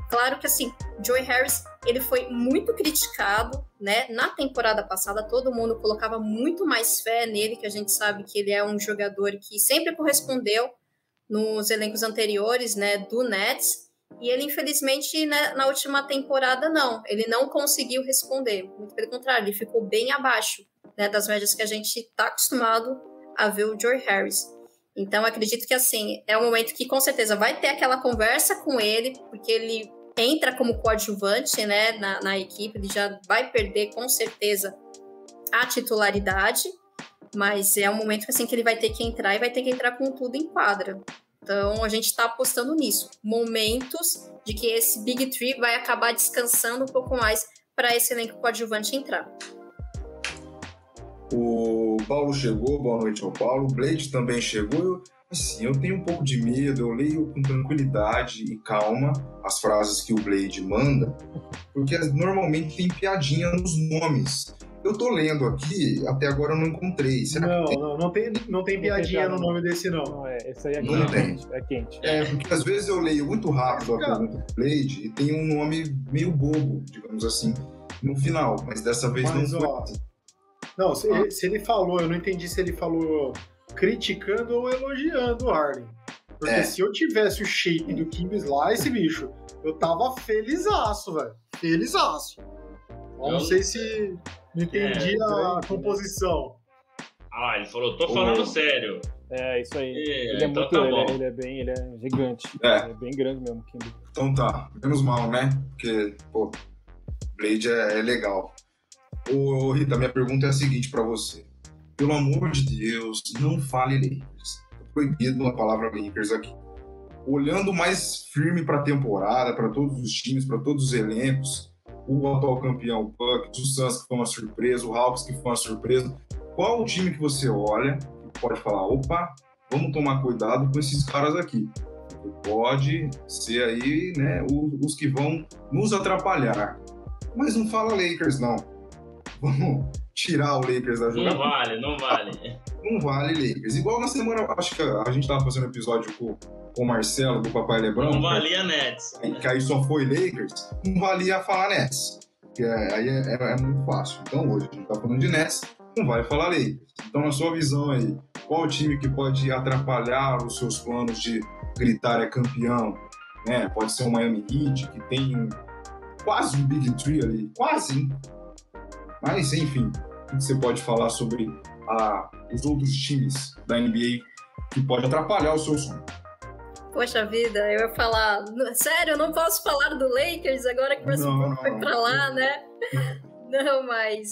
Claro que, assim, Joe Harris, ele foi muito criticado, né? Na temporada passada, todo mundo colocava muito mais fé nele, que a gente sabe que ele é um jogador que sempre correspondeu nos elencos anteriores, né, do Nets, e ele, infelizmente, né, na última temporada, não. Ele não conseguiu responder. Muito pelo contrário, ele ficou bem abaixo, né, das médias que a gente está acostumado a ver o Joe Harris. Então, acredito que, assim, é um momento que, com certeza, vai ter aquela conversa com ele, porque ele entra como coadjuvante, né, na equipe, ele já vai perder, com certeza, a titularidade, mas é um momento que, assim, que ele vai ter que entrar e vai ter que entrar com tudo em quadra. Então, a gente está apostando nisso. Momentos de que esse Big Three vai acabar descansando um pouco mais para esse elenco coadjuvante entrar. O Paulo chegou, boa noite ao Paulo. O Blade também chegou. Eu tenho um pouco de medo, eu leio com tranquilidade e calma as frases que o Blade manda, porque normalmente tem piadinha nos nomes. Eu tô lendo aqui, até agora eu não encontrei. Será que não tem piadinha no nome desse, não. Não, esse aí é não quente. Tem. É quente. Porque às vezes eu leio muito rápido a pergunta do Blade e tem um nome meio bobo, digamos assim, no final, mas dessa vez não foi. Não, se ele falou, eu não entendi se ele falou criticando ou elogiando o Harden. Porque se eu tivesse o shape do Kim Slice, bicho, eu tava felizaço, velho. Felizaço. Não sei se não entendi a composição. Ele falou, tô falando sério. É, isso aí. Ele é então muito, ele é gigante. Ele é bem grande mesmo, Kimber. Então tá, menos mal, né? Porque, pô, Blade é legal. Ô, Rita, minha pergunta é a seguinte pra você. Pelo amor de Deus, não fale Lakers. Tá proibido a palavra Lakers aqui. Olhando mais firme pra temporada, pra todos os times, pra todos os elencos, o atual campeão, o Bucks, o Suns, que foi uma surpresa, o Hawks, que foi uma surpresa, qual o time que você olha e pode falar, opa, vamos tomar cuidado com esses caras aqui? Pode ser aí, né, os que vão nos atrapalhar. Mas não fala Lakers, não. Vamos tirar o Lakers da jogada. Não vale. Não vale Lakers. Igual na semana, acho que a gente tava fazendo episódio com o Marcelo, do Papai Lebrão. Não valia Nets. Que aí só foi Lakers. Não valia falar Nets. Que aí é muito fácil. Então hoje a gente tá falando de Nets, não vai falar Lakers. Então na sua visão aí, qual o time que pode atrapalhar os seus planos de gritar é campeão? Né? Pode ser o Miami Heat, que tem quase um Big Three ali. Quase, hein? Mas, enfim, o que você pode falar sobre os outros times da NBA que pode atrapalhar o seu sonho? Poxa vida, eu ia falar... Sério, eu não posso falar do Lakers agora que o Westbrook foi pra lá, né? Não, mas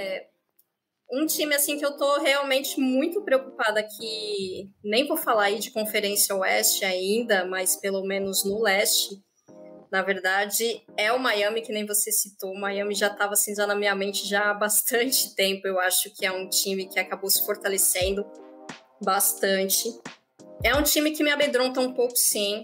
um time assim que eu tô realmente muito preocupada, que nem vou falar aí de Conferência Oeste ainda, mas pelo menos no Leste, na verdade, é o Miami, que nem você citou. O Miami já estava cinzando na minha mente já há bastante tempo. Eu acho que é um time que acabou se fortalecendo bastante. É um time que me amedronta um pouco, sim.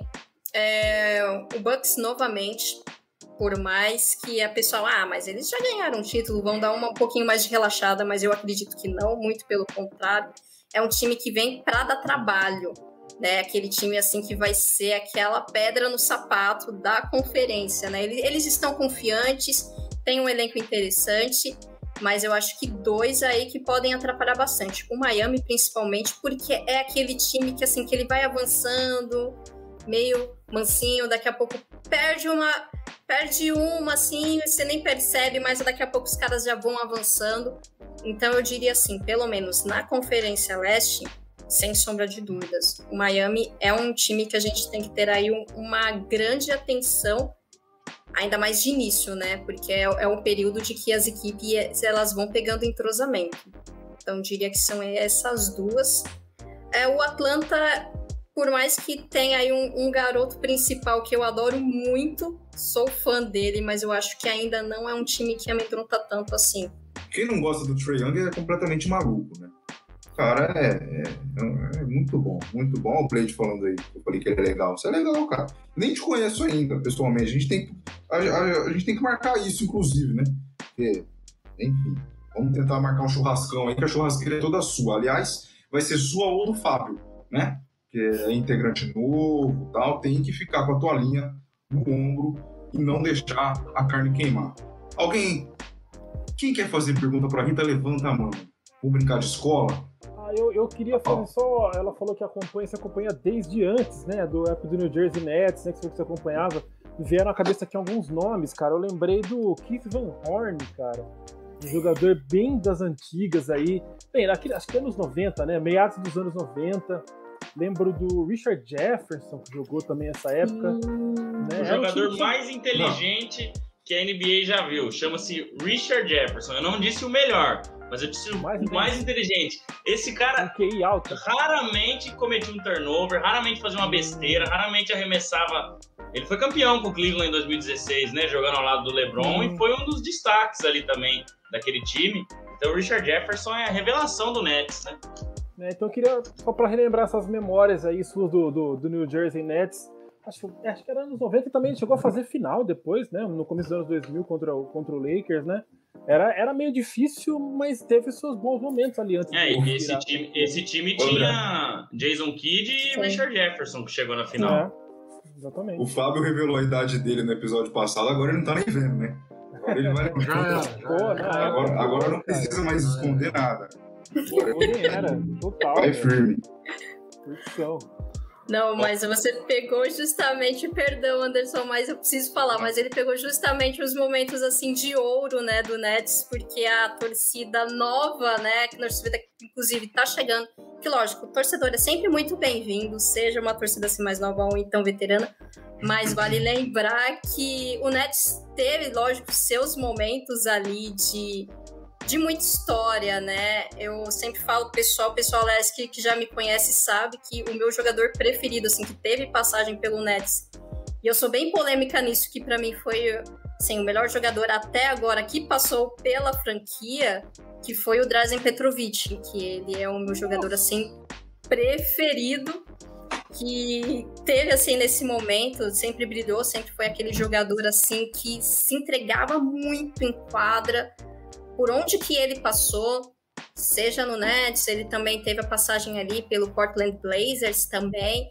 O Bucks, novamente, por mais que a pessoa... mas eles já ganharam um título, vão dar um pouquinho mais de relaxada, mas eu acredito que não, muito pelo contrário. É um time que vem para dar trabalho. Né, aquele time assim que vai ser aquela pedra no sapato da conferência, né? Eles estão confiantes, tem um elenco interessante, mas eu acho que dois aí que podem atrapalhar bastante. O Miami, principalmente, porque é aquele time que, assim, que ele vai avançando, meio mansinho, daqui a pouco perde uma assim, você nem percebe, mas daqui a pouco os caras já vão avançando. Então eu diria assim, pelo menos na Conferência Leste, sem sombra de dúvidas, o Miami é um time que a gente tem que ter aí uma grande atenção, ainda mais de início, né? Porque é um período de que as equipes elas vão pegando entrosamento. Então, diria que são essas duas. O Atlanta, por mais que tenha aí um garoto principal que eu adoro muito, sou fã dele, mas eu acho que ainda não é um time que amedronta tanto assim. Quem não gosta do Trae Young é completamente maluco, né? O cara é muito bom, muito bom. Olha o Blade falando aí, eu falei que ele é legal. Você é legal, cara. Nem te conheço ainda, pessoalmente. A gente tem que marcar isso, inclusive, né? Porque, enfim, vamos tentar marcar um churrascão aí, que a churrasqueira é toda sua. Aliás, vai ser sua ou do Fábio, né? Que é integrante novo e tal. Tem que ficar com a toalhinha no ombro e não deixar a carne queimar. Quem quer fazer pergunta pra Rita, levanta a mão. Vamos brincar de escola? Eu queria fazer só... Ela falou que se acompanha desde antes, né? Do época do New Jersey Nets, né? Que você acompanhava. E vieram na cabeça aqui alguns nomes, cara. Eu lembrei do Keith Van Horn, cara. Um jogador bem das antigas aí. Bem, acho que anos 90, né? Meados dos anos 90. Lembro do Richard Jefferson, que jogou também nessa época. Né? O jogador mais inteligente que a NBA já viu. Chama-se Richard Jefferson. Eu não disse o melhor, mas eu disse o mais inteligente. Esse cara raramente cometia um turnover, raramente fazia uma besteira, raramente arremessava. Ele foi campeão com o Cleveland em 2016, né? Jogando ao lado do LeBron, e foi um dos destaques ali também daquele time. Então o Richard Jefferson é a revelação do Nets, né? Então eu queria, só para relembrar essas memórias aí suas do New Jersey Nets, acho que era anos 90 e também chegou a fazer final depois, né? No começo dos anos 2000 contra o Lakers, né? Era meio difícil, mas teve seus bons momentos ali antes. Esse time tinha Jason Kidd e Richard Jefferson, que chegou na final. Exatamente. O Fábio revelou a idade dele no episódio passado, agora ele não tá nem vendo, né? Agora ele vai agora não precisa mais esconder nada. Total. Vai firme. Não, mas você pegou justamente, perdão, Anderson, mas eu preciso falar, mas ele pegou justamente os momentos, assim, de ouro, né, do Nets, porque a torcida nova, né, que a torcida, inclusive, tá chegando, que, lógico, o torcedor é sempre muito bem-vindo, seja uma torcida, assim, mais nova ou então veterana, mas vale lembrar que o Nets teve, lógico, seus momentos ali de muita história, né? Eu sempre falo pessoal que já me conhece sabe que o meu jogador preferido, assim, que teve passagem pelo Nets, e eu sou bem polêmica nisso, que pra mim foi, assim, o melhor jogador até agora que passou pela franquia, que foi o Drazen Petrovic, que ele é o meu jogador, assim, preferido, que teve, assim, nesse momento, sempre brilhou, sempre foi aquele jogador, assim, que se entregava muito em quadra. Por onde que ele passou, seja no Nets, ele também teve a passagem ali pelo Portland Blazers também,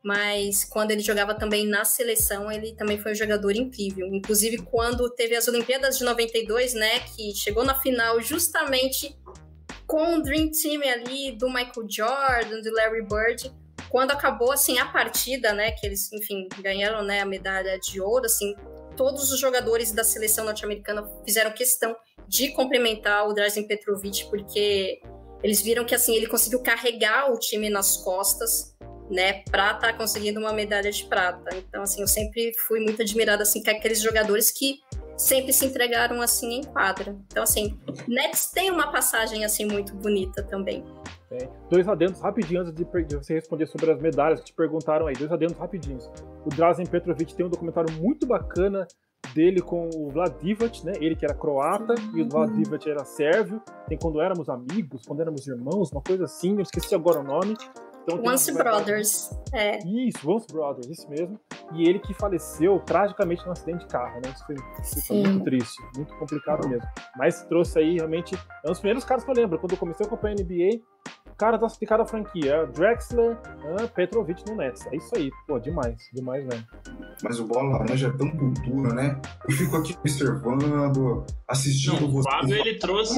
mas quando ele jogava também na seleção, ele também foi um jogador incrível. Inclusive, quando teve as Olimpíadas de 92, né, que chegou na final justamente com o Dream Team ali do Michael Jordan, do Larry Bird, quando acabou, assim, a partida, né, que eles, enfim, ganharam, né, a medalha de ouro, assim, todos os jogadores da seleção norte-americana fizeram questão de cumprimentar o Drazen Petrovic, porque eles viram que, assim, ele conseguiu carregar o time nas costas, né, pra estar conseguindo uma medalha de prata. Então, assim, eu sempre fui muito admirada, assim, com aqueles jogadores que sempre se entregaram, assim, em quadra. Então, assim, Nets tem uma passagem, assim, muito bonita também. Dois adendos rapidinho antes de você responder sobre as medalhas que te perguntaram aí. Dois adendos rapidinhos. O Drazen Petrovic tem um documentário muito bacana dele com o Vlad Divac, né? Ele que era croata e o Vlad Divac era sérvio. Tem Quando Éramos Amigos, Quando Éramos Irmãos, uma coisa assim. Eu esqueci agora o nome. Então, Once Brothers. Isso, Once Brothers, isso mesmo. E ele que faleceu tragicamente num acidente de carro, né? Isso foi muito triste, muito complicado mesmo. Mas trouxe aí realmente... É um dos primeiros caras que eu lembro. Quando eu comecei a acompanhar a NBA, o cara tá explicado a franquia. Drexler, Petrovic no Nets. É isso aí. Pô, demais mesmo. Mas o Bola Laranja é tão cultura, né? Eu fico aqui observando, assistindo você. O Fábio, ele trouxe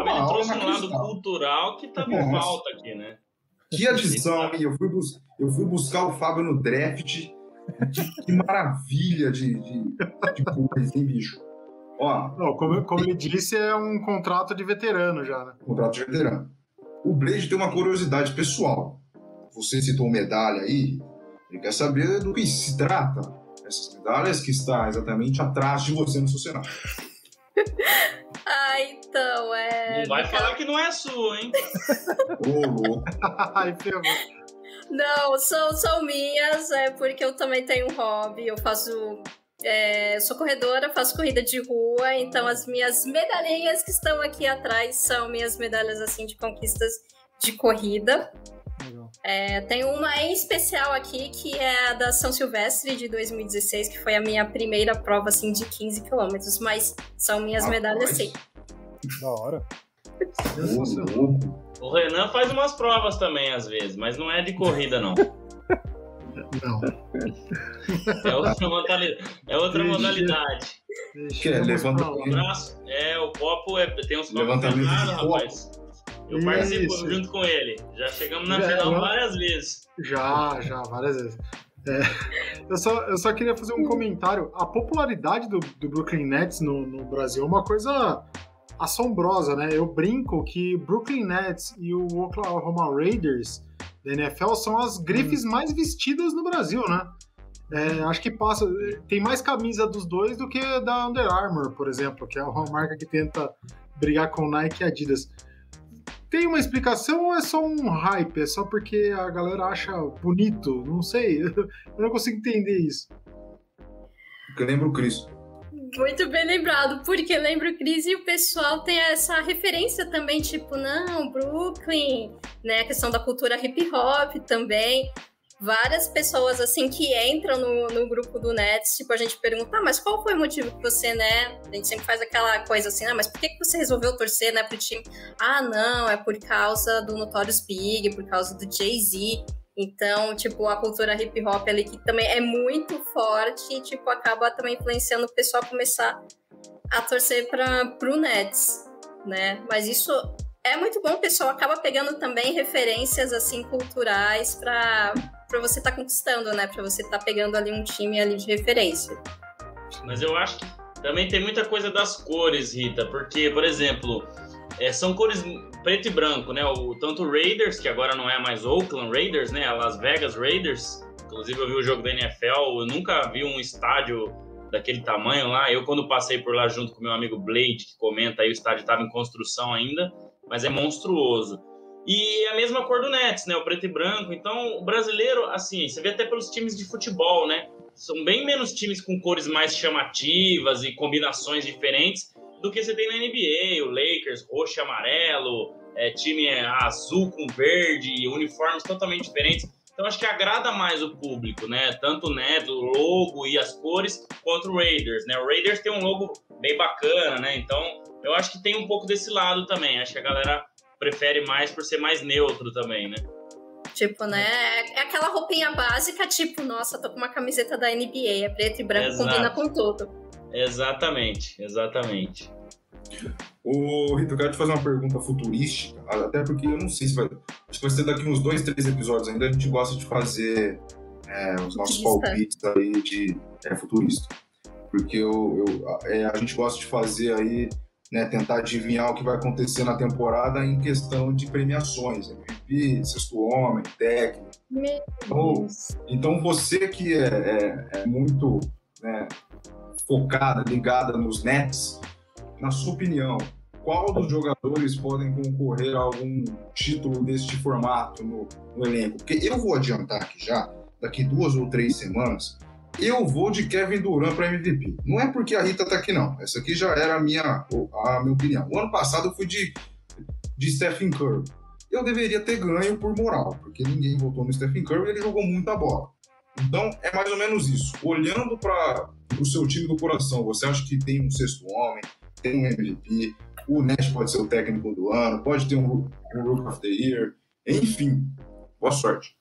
um lado cultural que tava em falta aqui, né? Que adição, hein? Eu fui buscar o Fábio no draft. Que maravilha de coisa, hein, bicho? Ó, não, como ele disse, é um contrato de veterano já, né? Contrato de veterano. O Blade tem uma curiosidade pessoal. Você citou medalha aí. Ele quer saber do que se trata. Essas medalhas que está exatamente atrás de você no seu cenário. Então, Não vai falar que não é sua, hein? Ô, louco. Não, são minhas, porque eu também tenho um hobby, eu sou corredora, faço corrida de rua, então as minhas medalhinhas que estão aqui atrás são minhas medalhas, assim, de conquistas de corrida. Tem uma em especial aqui, que é a da São Silvestre de 2016, que foi a minha primeira prova, assim, de 15 quilômetros, mas são minhas medalhas, sim. Da hora. O Renan faz umas provas também, às vezes, mas não é de corrida, não. Não. É outra modalidade. Que é levantamento. Um abraço. O copo tem uns copos Levantamento pesados, de copo. rapaz. Eu participo junto com ele. Já chegamos na final várias vezes. Já, várias vezes. Eu só queria fazer um comentário. A popularidade do Brooklyn Nets no Brasil é uma coisa assombrosa, né? Eu brinco que Brooklyn Nets e o Oklahoma Raiders da NFL são as grifes mais vestidas no Brasil, né? Acho que tem mais camisa dos dois do que da Under Armour, por exemplo, que é uma marca que tenta brigar com Nike e Adidas. Tem uma explicação ou é só um hype? É só porque a galera acha bonito? Não sei, eu não consigo entender isso. Porque eu lembro o Cris. Muito bem lembrado, porque lembro o Cris e o pessoal tem essa referência também, tipo, não, Brooklyn, né, a questão da cultura hip hop também. Várias pessoas, assim, que entram no grupo do Nets, tipo, a gente pergunta, mas qual foi o motivo que você, né, a gente sempre faz aquela coisa assim, mas por que você resolveu torcer, né, pro time? Não, é por causa do Notorious Big, por causa do Jay-Z. Então, tipo, a cultura hip hop ali que também é muito forte e, tipo, acaba também influenciando o pessoal a começar a torcer pro Nets, né? Mas isso é muito bom, o pessoal acaba pegando também referências, assim, culturais pra você estar conquistando, né? Pra você estar pegando ali um time ali de referência. Mas eu acho que também tem muita coisa das cores, Rita, porque, por exemplo, são cores preto e branco, né? Tanto o Raiders, que agora não é mais Oakland Raiders, né? A Las Vegas Raiders. Inclusive eu vi o jogo da NFL, eu nunca vi um estádio daquele tamanho lá. Eu, quando passei por lá junto com meu amigo Blade, que comenta aí, o estádio estava em construção ainda, mas é monstruoso. E a mesma cor do Nets, né? O preto e branco. Então, o brasileiro, assim, você vê até pelos times de futebol, né? São bem menos times com cores mais chamativas e combinações diferentes do que você tem na NBA, o Lakers, roxo e amarelo, time azul com verde, uniformes totalmente diferentes. Então, acho que agrada mais o público, né? Tanto o Nets, o logo e as cores, quanto o Raiders, né? O Raiders tem um logo bem bacana, né? Então, eu acho que tem um pouco desse lado também. Acho que a galera prefere mais por ser mais neutro também, né? Tipo, né? É aquela roupinha básica, tipo, nossa, tô com uma camiseta da NBA, é preto e branco, Exato. Combina com tudo. Exatamente. Ô, Rita, eu quero te fazer uma pergunta futurística, até porque eu não sei se acho que vai ser daqui uns 2, 3 episódios ainda, a gente gosta de fazer os nossos palpites aí de futurista. Porque a gente gosta de fazer aí, né, tentar adivinhar o que vai acontecer na temporada em questão de premiações, MVP, sexto homem, técnico. Então você que é muito, né, focada, ligada nos Nets, na sua opinião, qual dos jogadores podem concorrer a algum título deste formato no elenco? Porque eu vou adiantar aqui já, daqui 2 ou 3 semanas, eu vou de Kevin Durant para MVP. Não é porque a Rita tá aqui, não. Essa aqui já era a minha opinião. O ano passado eu fui de Stephen Curry. Eu deveria ter ganho por moral, porque ninguém votou no Stephen Curry e ele jogou muita bola. Então, é mais ou menos isso. Olhando para o seu time do coração, você acha que tem um sexto homem, tem um MVP, o Nash pode ser o técnico do ano, pode ter um Rookie of the Year, enfim. Boa sorte.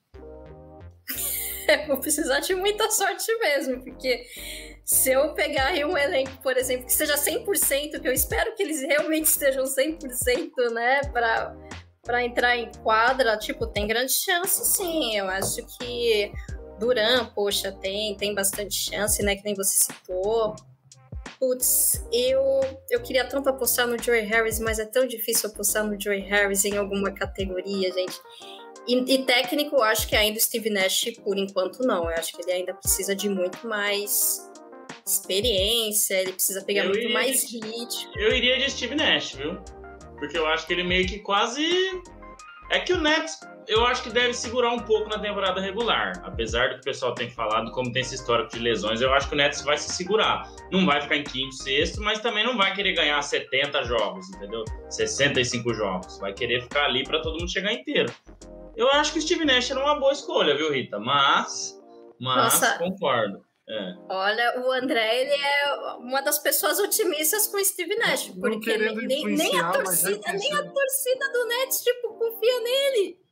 Vou precisar de muita sorte mesmo, porque se eu pegar aí um elenco, por exemplo, que seja 100%, que eu espero que eles realmente estejam 100%, né, pra entrar em quadra, tipo, tem grande chance, sim. Eu acho que Durant, poxa, tem bastante chance, né, que nem você citou. Putz, eu queria tanto apostar no Joe Harris, mas é tão difícil apostar no Joe Harris em alguma categoria, gente. E técnico, eu acho que ainda o Steve Nash, por enquanto, não. Eu acho que ele ainda precisa de muito mais experiência, ele precisa pegar muito mais ritmo. Eu iria de Steve Nash, viu? Porque eu acho que ele meio que quase... É que o Nets, eu acho que deve segurar um pouco na temporada regular. Apesar do que o pessoal tem falado, como tem esse histórico de lesões, eu acho que o Nets vai se segurar. Não vai ficar em quinto, sexto, mas também não vai querer ganhar 70 jogos, entendeu? 65 jogos. Vai querer ficar ali pra todo mundo chegar inteiro. Eu acho que o Steve Nash era uma boa escolha, viu, Rita? Mas Nossa. Concordo. Olha, o André, ele é uma das pessoas otimistas com o Steve Nash, porque nem a torcida do Nets, tipo, confia nele.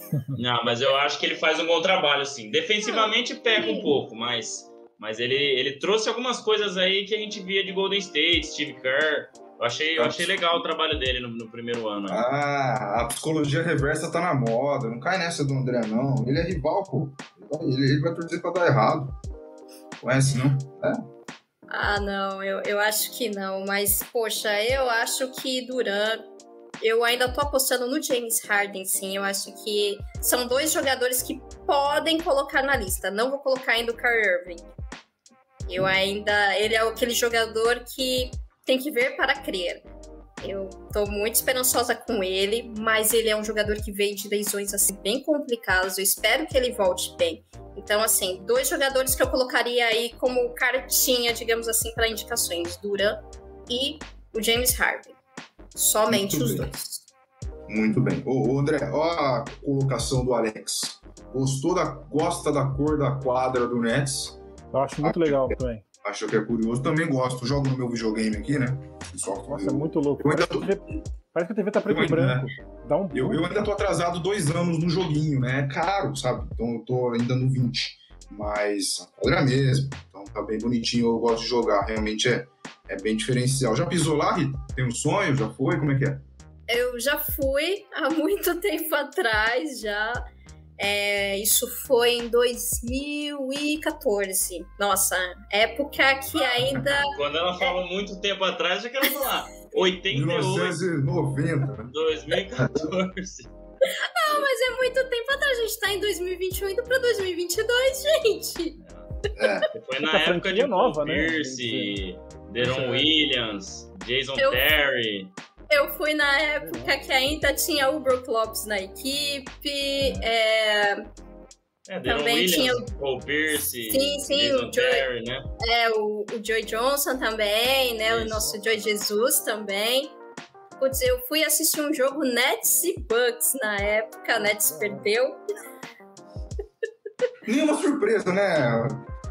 Não, mas eu acho que ele faz um bom trabalho, sim. Defensivamente peca um pouco, mas ele trouxe algumas coisas aí que a gente via de Golden State, Steve Kerr. Eu achei legal o trabalho dele no primeiro ano. A psicologia reversa tá na moda. Não cai nessa do André, não. Ele é rival, pô. Ele vai torcer pra dar errado. Conhece, não? Não, eu acho que não. Mas, poxa, eu acho que Durant... Eu ainda tô apostando no James Harden, sim. Eu acho que são 2 jogadores que podem colocar na lista. Não vou colocar ainda o Kyrie Irving. Ele é aquele jogador que tem que ver para crer. Eu tô muito esperançosa com ele, mas ele é um jogador que veio de lesões assim bem complicadas. Eu espero que ele volte bem. Então, assim, 2 jogadores que eu colocaria aí como cartinha, digamos assim, para indicações: Durant e o James Harden. Somente os 2. Muito bem. Ô André, ó a colocação do Alex. Gosta da cor da quadra do Nets? Eu acho muito legal também. Acho que é curioso. Também gosto. Jogo no meu videogame aqui, né? Nossa, é muito louco. Parece que a TV tá preto e branco. Dá um... eu ainda tô atrasado 2 anos no joguinho, né? É caro, sabe? Então eu tô ainda no 20. Mas a quadra mesmo. Então tá bem bonitinho. Eu gosto de jogar. Realmente é bem diferencial. Já pisou lá, Rita? Tem um sonho? Já foi? Como é que é? Eu já fui há muito tempo atrás, já. Isso foi em 2014. Nossa, época que ainda... Quando ela fala muito tempo atrás, eu quero falar 88. 1990. 2014. Não, mas é muito tempo atrás. A gente tá em 2021 indo pra 2022, gente. Foi na época de Paul Pierce, Deron Williams, Jason Terry. Eu fui na época que ainda tinha o Brook Lopes na equipe. Deron também Williams, tinha Paul Pierce, sim, Jason Terry, né? O Joy Johnson também, né? Isso. O nosso Joy Jesus também. Putz, eu fui assistir um jogo Nets e Bucks na época. Nets perdeu. Nenhuma surpresa, né?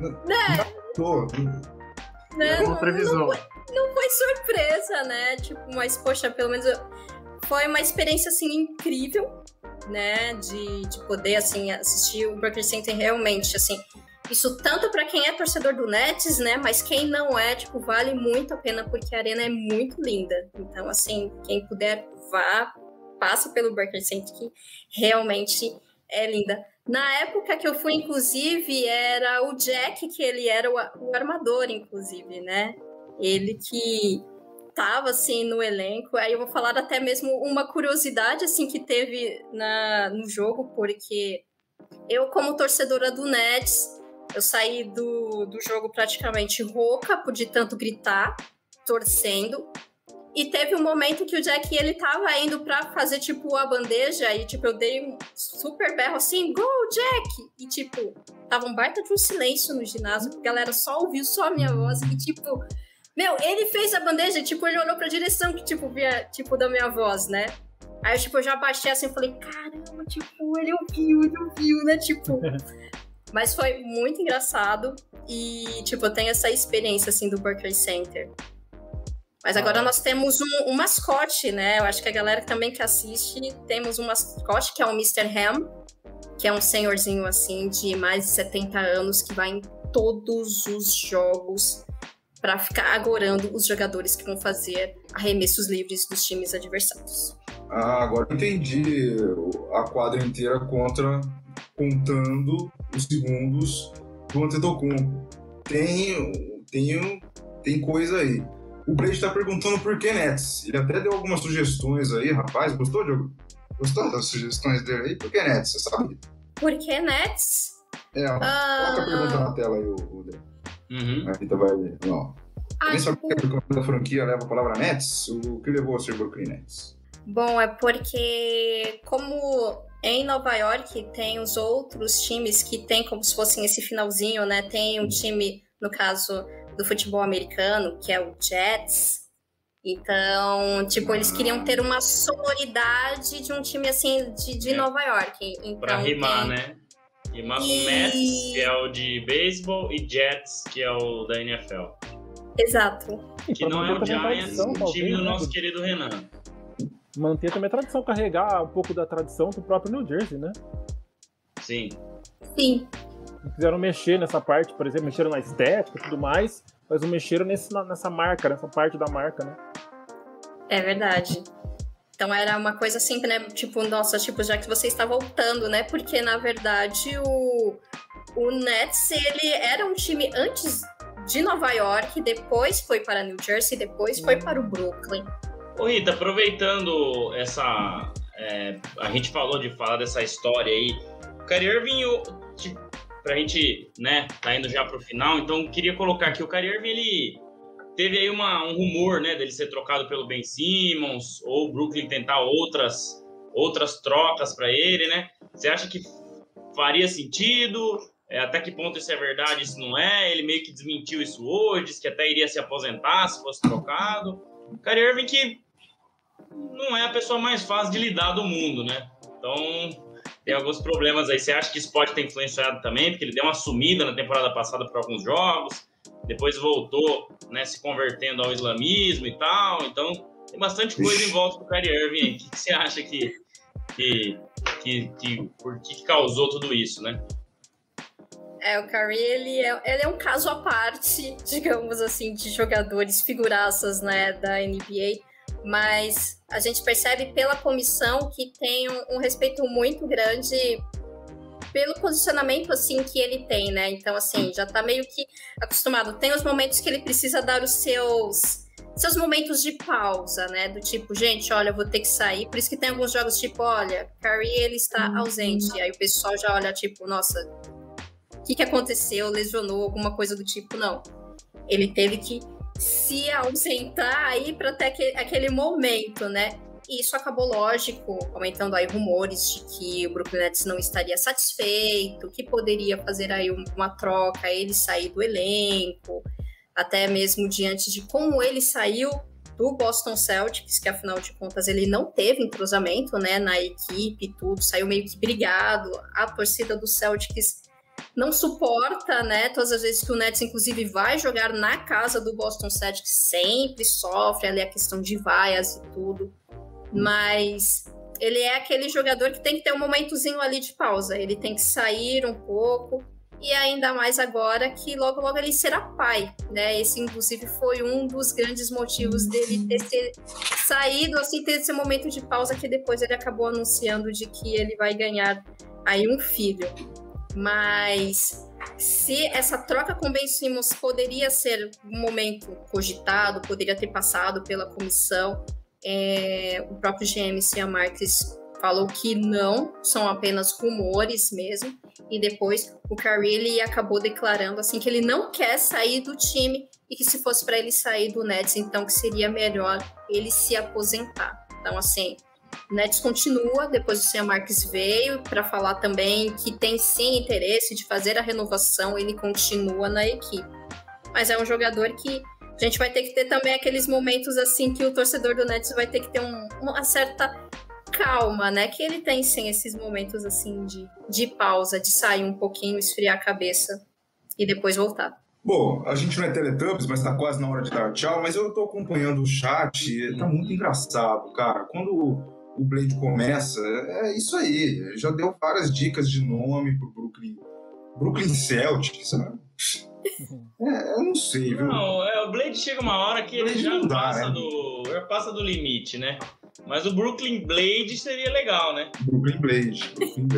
Uma previsão. Não foi surpresa, né? Tipo, mas, poxa, pelo menos foi uma experiência, assim, incrível, né? De poder, assim, assistir o Barclays Center realmente, assim. Isso tanto para quem é torcedor do Nets, né? Mas quem não é, tipo, vale muito a pena porque a arena é muito linda. Então, assim, quem puder, passa pelo Barclays Center, que realmente é linda. Na época que eu fui, inclusive, era o Jack, que ele era o armador, inclusive, né? Ele que tava, assim, no elenco. Aí eu vou falar até mesmo uma curiosidade, assim, que teve no jogo, porque eu, como torcedora do Nets, eu saí do jogo praticamente rouca, de tanto gritar, torcendo. E teve um momento que o Jack, ele tava indo pra fazer, tipo, a bandeja, e, tipo, eu dei um super berro, assim, "Go, Jack!" E, tipo, tava um baita de um silêncio no ginásio, porque a galera só ouviu só a minha voz, e, tipo... Meu, ele fez a bandeja, tipo, ele olhou pra direção que, tipo, via, tipo, da minha voz, né? Aí, tipo, eu já baixei assim e falei, caramba, tipo, ele ouviu, né? Tipo... Mas foi muito engraçado e, tipo, eu tenho essa experiência, assim, do Barclays Center. Mas agora nós temos um mascote, né? Eu acho que a galera também que assiste, temos um mascote que é o Mr. Ham, que é um senhorzinho, assim, de mais de 70 anos, que vai em todos os jogos para ficar agorando os jogadores que vão fazer arremessos livres dos times adversários. Agora entendi a quadra inteira contando os segundos do Antetokounmpo. Tem coisa aí. O Brady tá perguntando por que Nets. Ele até deu algumas sugestões aí, rapaz. Gostou, Diogo? Gostou das sugestões dele aí? Por que Nets? Você sabe? Por que Nets? Coloca a pergunta na tela aí, o Dre. Uhum. A Rita vai ver. Nem sabe por que a franquia leva a palavra Nets? O que levou a ser Brooklyn Nets? Bom, é porque como em Nova York tem os outros times que tem como se fossem esse finalzinho, né? Tem um time, no caso do futebol americano, que é o Jets. Então, tipo, eles queriam ter uma sonoridade de um time, assim, de Nova York. Então, pra rimar, né? Rimar com Mets, que é o de beisebol, e Jets, que é o da NFL. Exato. Que não é o Giants, o time do nosso querido Renan. manter também a tradição, carregar um pouco da tradição do próprio New Jersey, né? Sim. Sim. Não quiseram mexer nessa parte, por exemplo, mexeram na estética e tudo mais, mas não mexeram nessa marca, nessa parte da marca, né? É verdade. Então era uma coisa assim, né? Tipo, nossa, tipo, já que você está voltando, né? Porque, na verdade, o Nets, ele era um time antes de Nova York, depois foi para New Jersey, depois foi para o Brooklyn. Ô Rita, aproveitando essa... a gente falou de falar dessa história aí. O Kyrie Irving, pra gente, né, tá indo já pro final, então queria colocar aqui, o Kyrie Irving, ele teve aí um rumor, né, dele ser trocado pelo Ben Simmons, ou o Brooklyn tentar outras trocas para ele, né? Você acha que faria sentido? Até que ponto isso é verdade, isso não é? Ele meio que desmentiu isso hoje, disse que até iria se aposentar se fosse trocado. O Kyrie Irving que não é a pessoa mais fácil de lidar do mundo, né? Então, tem alguns problemas aí. Você acha que isso pode ter influenciado também? Porque ele deu uma sumida na temporada passada por alguns jogos, depois voltou, né, se convertendo ao islamismo e tal. Então, tem bastante coisa em volta do Kyrie Irving aí. O que você acha por que causou tudo isso, né? O Kyrie, ele é um caso à parte, digamos assim, de jogadores figuraças, né, da NBA, mas a gente percebe pela comissão que tem um respeito muito grande pelo posicionamento, assim, que ele tem, né? Então, assim, já tá meio que acostumado. Tem os momentos que ele precisa dar os seus momentos de pausa, né? Do tipo, gente, olha, eu vou ter que sair. Por isso que tem alguns jogos, tipo, olha, Kyrie, ele está ausente. E aí o pessoal já olha, tipo, nossa, o que aconteceu? Lesionou, alguma coisa do tipo? Não. Ele teve que se ausentar aí para ter aquele momento, né? E isso acabou, lógico, aumentando aí rumores de que o Brooklyn Nets não estaria satisfeito, que poderia fazer aí uma troca, ele sair do elenco, até mesmo diante de como ele saiu do Boston Celtics, que afinal de contas ele não teve entrosamento, né, na equipe e tudo, saiu meio que brigado, a torcida do Celtics não suporta, né, todas as vezes que o Nets, inclusive, vai jogar na casa do Boston Celtics, sempre sofre ali a questão de vaias e tudo. Mas ele é aquele jogador que tem que ter um momentozinho ali de pausa. Ele tem que sair um pouco. E ainda mais agora que logo, logo ele será pai, né? Esse, inclusive, foi um dos grandes motivos dele ter saído, assim, ter esse momento de pausa que depois ele acabou anunciando de que ele vai ganhar aí um filho. Mas se essa troca com Ben Simmons poderia ser um momento cogitado, poderia ter passado pela comissão, o próprio GM Sean Marks falou que não, são apenas rumores mesmo, e depois o Kyrie ele acabou declarando assim que ele não quer sair do time e que se fosse para ele sair do Nets, então que seria melhor ele se aposentar. Então assim, o Nets continua, depois o Sean Marks veio para falar também que tem sim interesse de fazer a renovação, ele continua na equipe, mas é um jogador que a gente vai ter que ter também aqueles momentos assim que o torcedor do Nets vai ter que ter uma certa calma, né? Que ele tem sim esses momentos assim de pausa, de sair um pouquinho, esfriar a cabeça e depois voltar. Bom, a gente não é Teletubbies, mas tá quase na hora de dar tchau, mas eu tô acompanhando o chat, tá muito engraçado, cara. Quando o Blade começa, é isso aí, já deu várias dicas de nome pro Brooklyn Celtics, sabe? Eu não sei, viu? Não, o Blade chega uma hora que ele já passa do limite, né? Mas o Brooklyn Blade seria legal, né? Brooklyn Blade.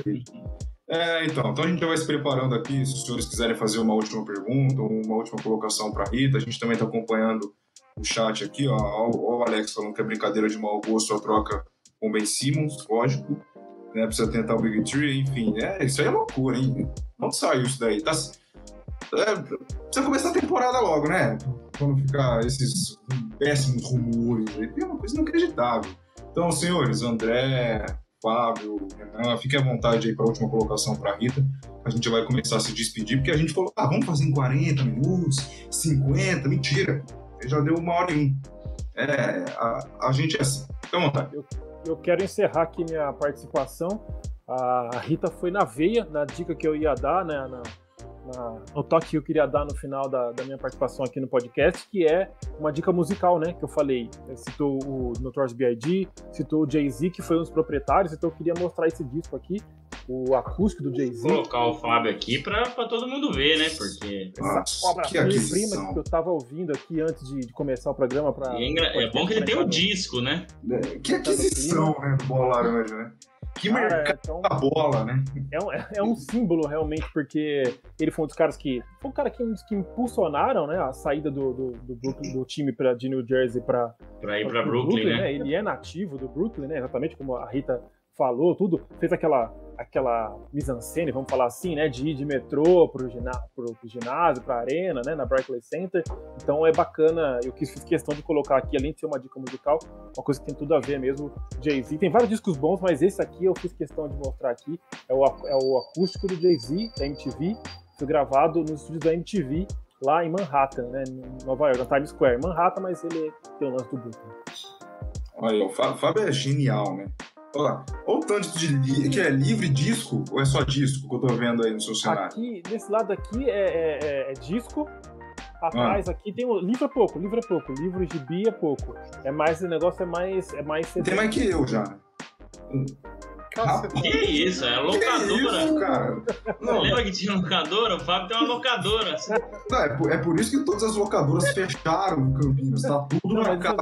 Então a gente já vai se preparando aqui, se os senhores quiserem fazer uma última pergunta, uma última colocação para Rita. A gente também está acompanhando o chat aqui, ó. O Alex falando que é brincadeira de mau gosto a troca com o Ben Simmons, lógico, né? Precisa tentar o Big Three, enfim. Isso aí é loucura, hein? Não saiu isso daí. Precisa começar a temporada logo, né? Pra não ficar esses péssimos rumores. É uma coisa inacreditável. Então, senhores, André, Fábio, Renan, fiquem à vontade aí para a última colocação para a Rita. A gente vai começar a se despedir, porque a gente falou, vamos fazer em 40 minutos, 50, mentira. Já deu 1h01. A gente é assim. Fique à vontade. Eu quero encerrar aqui minha participação. A Rita foi na veia, na dica que eu ia dar, né, no toque que eu queria dar no final da minha participação aqui no podcast, que é uma dica musical, né, que eu falei. Citou o Notorious B.I.G., citou o Jay-Z, que foi um dos proprietários, então eu queria mostrar esse disco aqui, o acústico do Jay-Z. Vou colocar o Fábio aqui pra todo mundo ver, né, porque... Essa obra-prima que eu tava ouvindo aqui antes de começar o programa. É bom que ele tem o disco, né? Que aquisição, né, do Bola Laranja, né? Que mercado da bola, né? É um símbolo, realmente, porque ele foi um dos caras que... Foi um cara que impulsionaram, né, a saída do time de New Jersey para ir para Brooklyn, né? Ele é nativo do Brooklyn, né? Exatamente como a Rita falou, tudo. Fez aquela mise-en-scène, vamos falar assim, né? De ir de metrô pro ginásio, pra arena, né? Na Barclays Center. Então é bacana. Eu fiz questão de colocar aqui, além de ser uma dica musical, uma coisa que tem tudo a ver mesmo. Jay-Z. Tem vários discos bons, mas esse aqui eu fiz questão de mostrar aqui. É o acústico do Jay-Z, da MTV. Foi gravado nos estúdios da MTV, lá em Manhattan, né? Em Nova York, na Times Square. Manhattan, mas ele tem o lance do Brooklyn. Olha, o Fábio é genial, né? Olha o tanto que é livre disco ou é só disco que eu tô vendo aí no seu cenário? Aqui, desse lado aqui é disco. Atrás aqui tem livro é pouco. Livro de bi é pouco. O negócio é mais Tem mais que eu já. Que isso? É locadora. Que isso, cara? Não. Lembra que tinha locadora? O Fábio tem uma locadora. Não, é por isso que todas as locadoras fecharam em Campinas. Tá tudo na casa.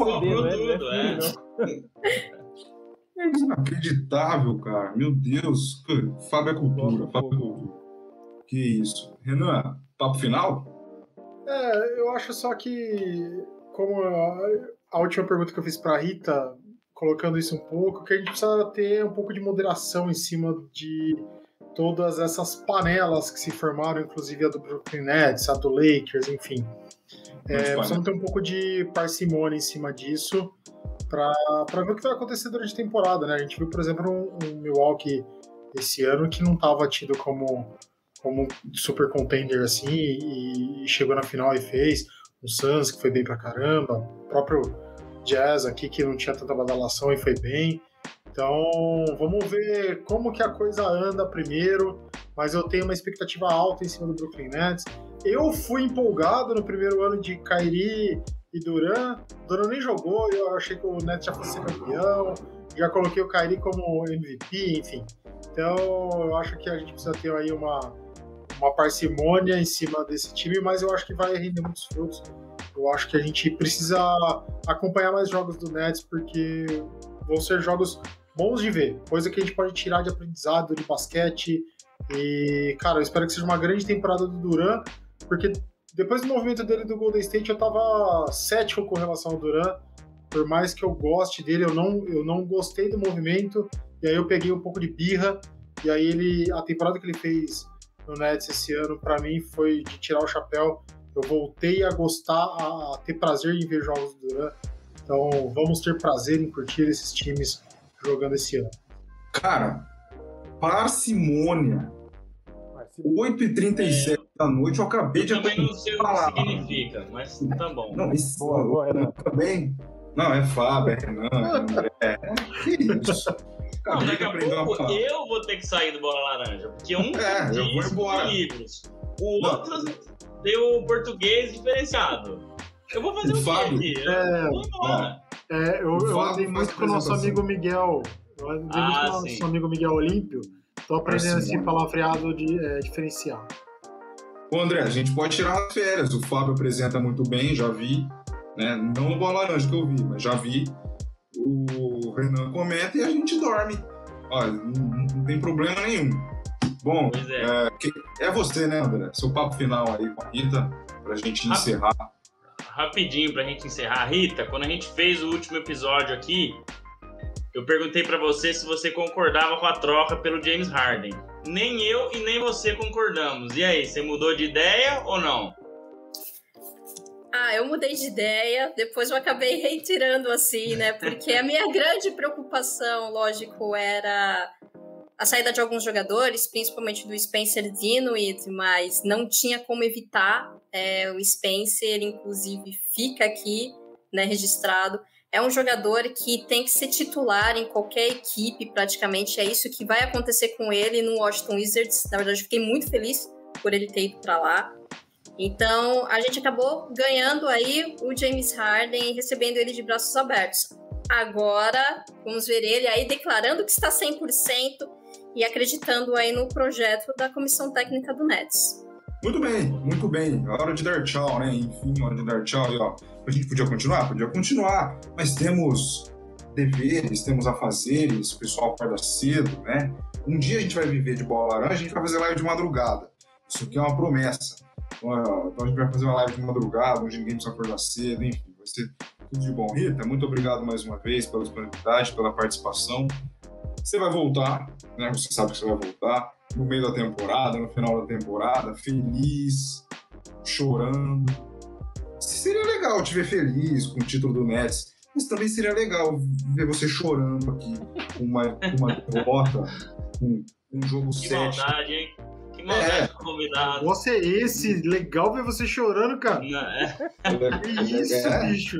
É inacreditável, cara. Meu Deus. Fábio é cultura. Que isso. Renan, papo final? Eu acho só que, como a última pergunta que eu fiz pra Rita, colocando isso um pouco, que a gente precisa ter um pouco de moderação em cima de todas essas panelas que se formaram, inclusive a do Brooklyn Nets, a do Lakers, enfim. Precisamos ter um pouco de parcimônia em cima disso para ver o que vai acontecer durante a temporada, né? A gente viu, por exemplo, um Milwaukee esse ano que não estava tido como super contender assim e chegou na final e fez. O Suns, que foi bem pra caramba, o próprio Jazz aqui, que não tinha tanta badalação e foi bem. Então, vamos ver como que a coisa anda primeiro, mas eu tenho uma expectativa alta em cima do Brooklyn Nets. Eu fui empolgado no primeiro ano de Kyrie e Durant. Durant nem jogou, eu achei que o Nets já fosse ser campeão, já coloquei o Kyrie como MVP, enfim. Então, eu acho que a gente precisa ter aí uma parcimônia em cima desse time, mas eu acho que vai render muitos frutos. Eu acho que a gente precisa acompanhar mais jogos do Nets, porque vão ser jogos bons de ver, coisa que a gente pode tirar de aprendizado de basquete. E, cara, eu espero que seja uma grande temporada do Durant, porque depois do movimento dele do Golden State eu tava cético com relação ao Durant. Por mais que eu goste dele, eu não gostei do movimento, e aí eu peguei um pouco de birra, e aí a temporada que ele fez no Nets esse ano, pra mim, foi de tirar o chapéu. Eu voltei a gostar, a ter prazer em ver jogos do Durant. Então, vamos ter prazer em curtir esses times jogando esse ano. Cara, parcimônia. 8h37 da noite, eu acabei de... Também não sei o que significa, mas tá bom. Não, isso boa, Renan. Também. Não, é Fábio, é Renan, é André. Que isso? Não, daqui a pouco eu vou ter que sair do Bola Laranja, porque um eu vou embora. Livros, o outro tem o português diferenciado. Eu vou fazer o Fábio, quê aqui? Eu vou embora. Eu andei muito com o nosso amigo Miguel. Nosso amigo Miguel Olímpio. Tô aprendendo esse palavreado diferenciado. Ô André, a gente pode tirar as férias. O Fábio apresenta muito bem, já vi. Né? Não no Bola Laranja que eu vi, mas já vi. O Renan comenta e a gente dorme. Olha, não tem problema nenhum. Bom, é você, né, André? Seu papo final aí com a Rita, pra gente encerrar. Rapidinho pra gente encerrar. Rita, quando a gente fez o último episódio aqui, eu perguntei pra você se você concordava com a troca pelo James Harden. Nem eu e nem você concordamos. E aí, você mudou de ideia ou não? Eu mudei de ideia, depois eu acabei retirando assim, né? Porque a minha grande preocupação, lógico, era a saída de alguns jogadores, principalmente do Spencer Dinwiddie, mas não tinha como evitar. O Spencer, inclusive, fica aqui, né, registrado. É um jogador que tem que ser titular em qualquer equipe, praticamente. É isso que vai acontecer com ele no Washington Wizards. Na verdade, eu fiquei muito feliz por ele ter ido para lá. Então, a gente acabou ganhando aí o James Harden e recebendo ele de braços abertos. Agora, vamos ver ele aí declarando que está 100% e acreditando aí no projeto da comissão técnica do Nets. Muito bem. É hora de dar tchau, né? Enfim, hora de dar tchau. E, ó, a gente podia continuar? Podia continuar, mas temos deveres, temos afazeres, o pessoal acorda cedo, né? Um dia a gente vai viver de bola laranja, a gente vai fazer live de madrugada. Isso aqui é uma promessa. Então a gente vai fazer uma live de madrugada, onde ninguém precisa acordar cedo, enfim, vai ser tudo de bom. Rita, muito obrigado mais uma vez pela disponibilidade, pela participação. Você vai voltar, né? Você sabe que você vai voltar no meio da temporada, no final da temporada, feliz, chorando. Seria legal te ver feliz com o título do Nets, mas também seria legal ver você chorando aqui com uma derrota, com um jogo 7. Que maldade, hein? Que maldade do convidado. Você é esse, legal ver você chorando, cara. Que isso, bicho.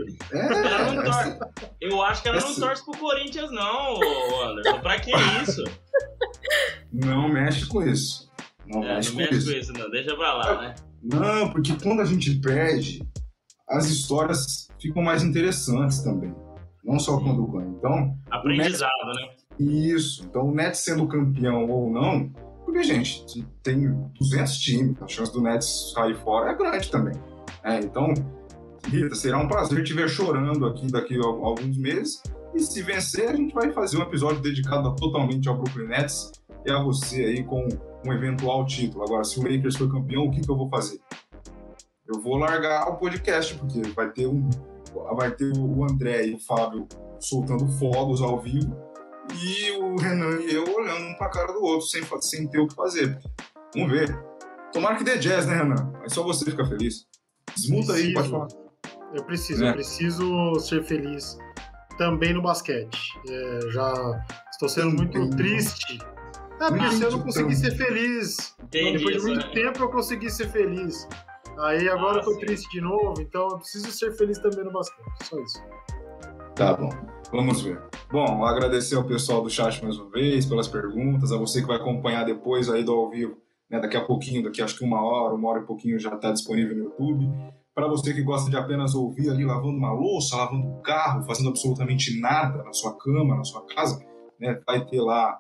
Eu acho que ela não torce pro Corinthians, não, Anderson. Pra que isso? Não mexe com isso. Não mexe com isso, não. Deixa pra lá, né? Não, porque quando a gente perde, as histórias ficam mais interessantes também. Não só quando ganha. Então, aprendizado, né? Isso. Então, o Nets sendo campeão ou não, porque, gente, tem 200 times, a chance do Nets sair fora é grande também. Então, Rita, será um prazer te ver chorando aqui daqui a alguns meses. E se vencer, a gente vai fazer um episódio dedicado totalmente ao Brooklyn Nets e a você aí com um eventual título. Agora, se o Lakers for campeão, o que eu vou fazer? Eu vou largar o podcast, porque vai ter o André e o Fábio soltando fogos ao vivo e o Renan e eu olhando um pra cara do outro sem ter o que fazer. Vamos ver. Tomara que dê jazz, né, Renan? Aí só você fica feliz. Desmuta aí, pode falar. Eu preciso ser feliz também no basquete. Já estou sendo muito triste. Porque se eu não consegui ser feliz, depois de muito tempo eu consegui ser feliz. Aí agora eu tô triste de novo, então eu preciso ser feliz também no basquete. Só isso. Tá bom, vamos ver. Bom, agradecer ao pessoal do chat mais uma vez pelas perguntas, a você que vai acompanhar depois aí do ao vivo, né, daqui a pouquinho, daqui acho que uma hora e pouquinho já está disponível no YouTube. Para você que gosta de apenas ouvir ali lavando uma louça, lavando um carro, fazendo absolutamente nada na sua cama, na sua casa, né, vai ter lá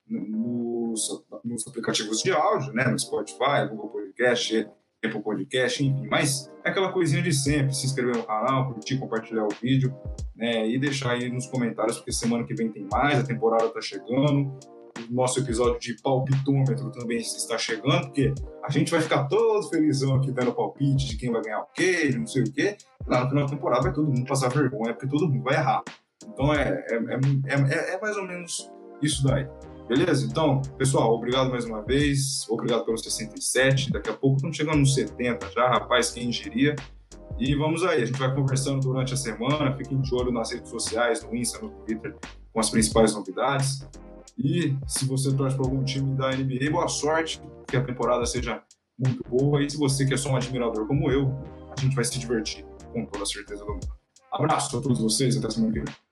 nos aplicativos de áudio, né, no Spotify, Google Podcast, Apple Podcast, enfim, mas é aquela coisinha de sempre, se inscrever no canal, curtir, compartilhar o vídeo, né, e deixar aí nos comentários, porque semana que vem tem mais, a temporada tá chegando, o nosso episódio de palpitômetro também está chegando, porque a gente vai ficar todo felizão aqui dando palpite de quem vai ganhar o quê, não sei o quê, lá no final da temporada vai todo mundo passar vergonha, porque todo mundo vai errar. Então é mais ou menos isso daí. Beleza? Então, pessoal, obrigado mais uma vez. Obrigado pelos 67. Daqui a pouco estamos chegando nos 70 já, rapaz, quem diria. E vamos aí, a gente vai conversando durante a semana. Fiquem de olho nas redes sociais, no Insta, no Twitter, com as principais novidades. E se você torce para algum time da NBA, boa sorte, que a temporada seja muito boa. E se você que é só um admirador como eu, a gente vai se divertir, com toda a certeza do mundo. Abraço a todos vocês, até semana que vem.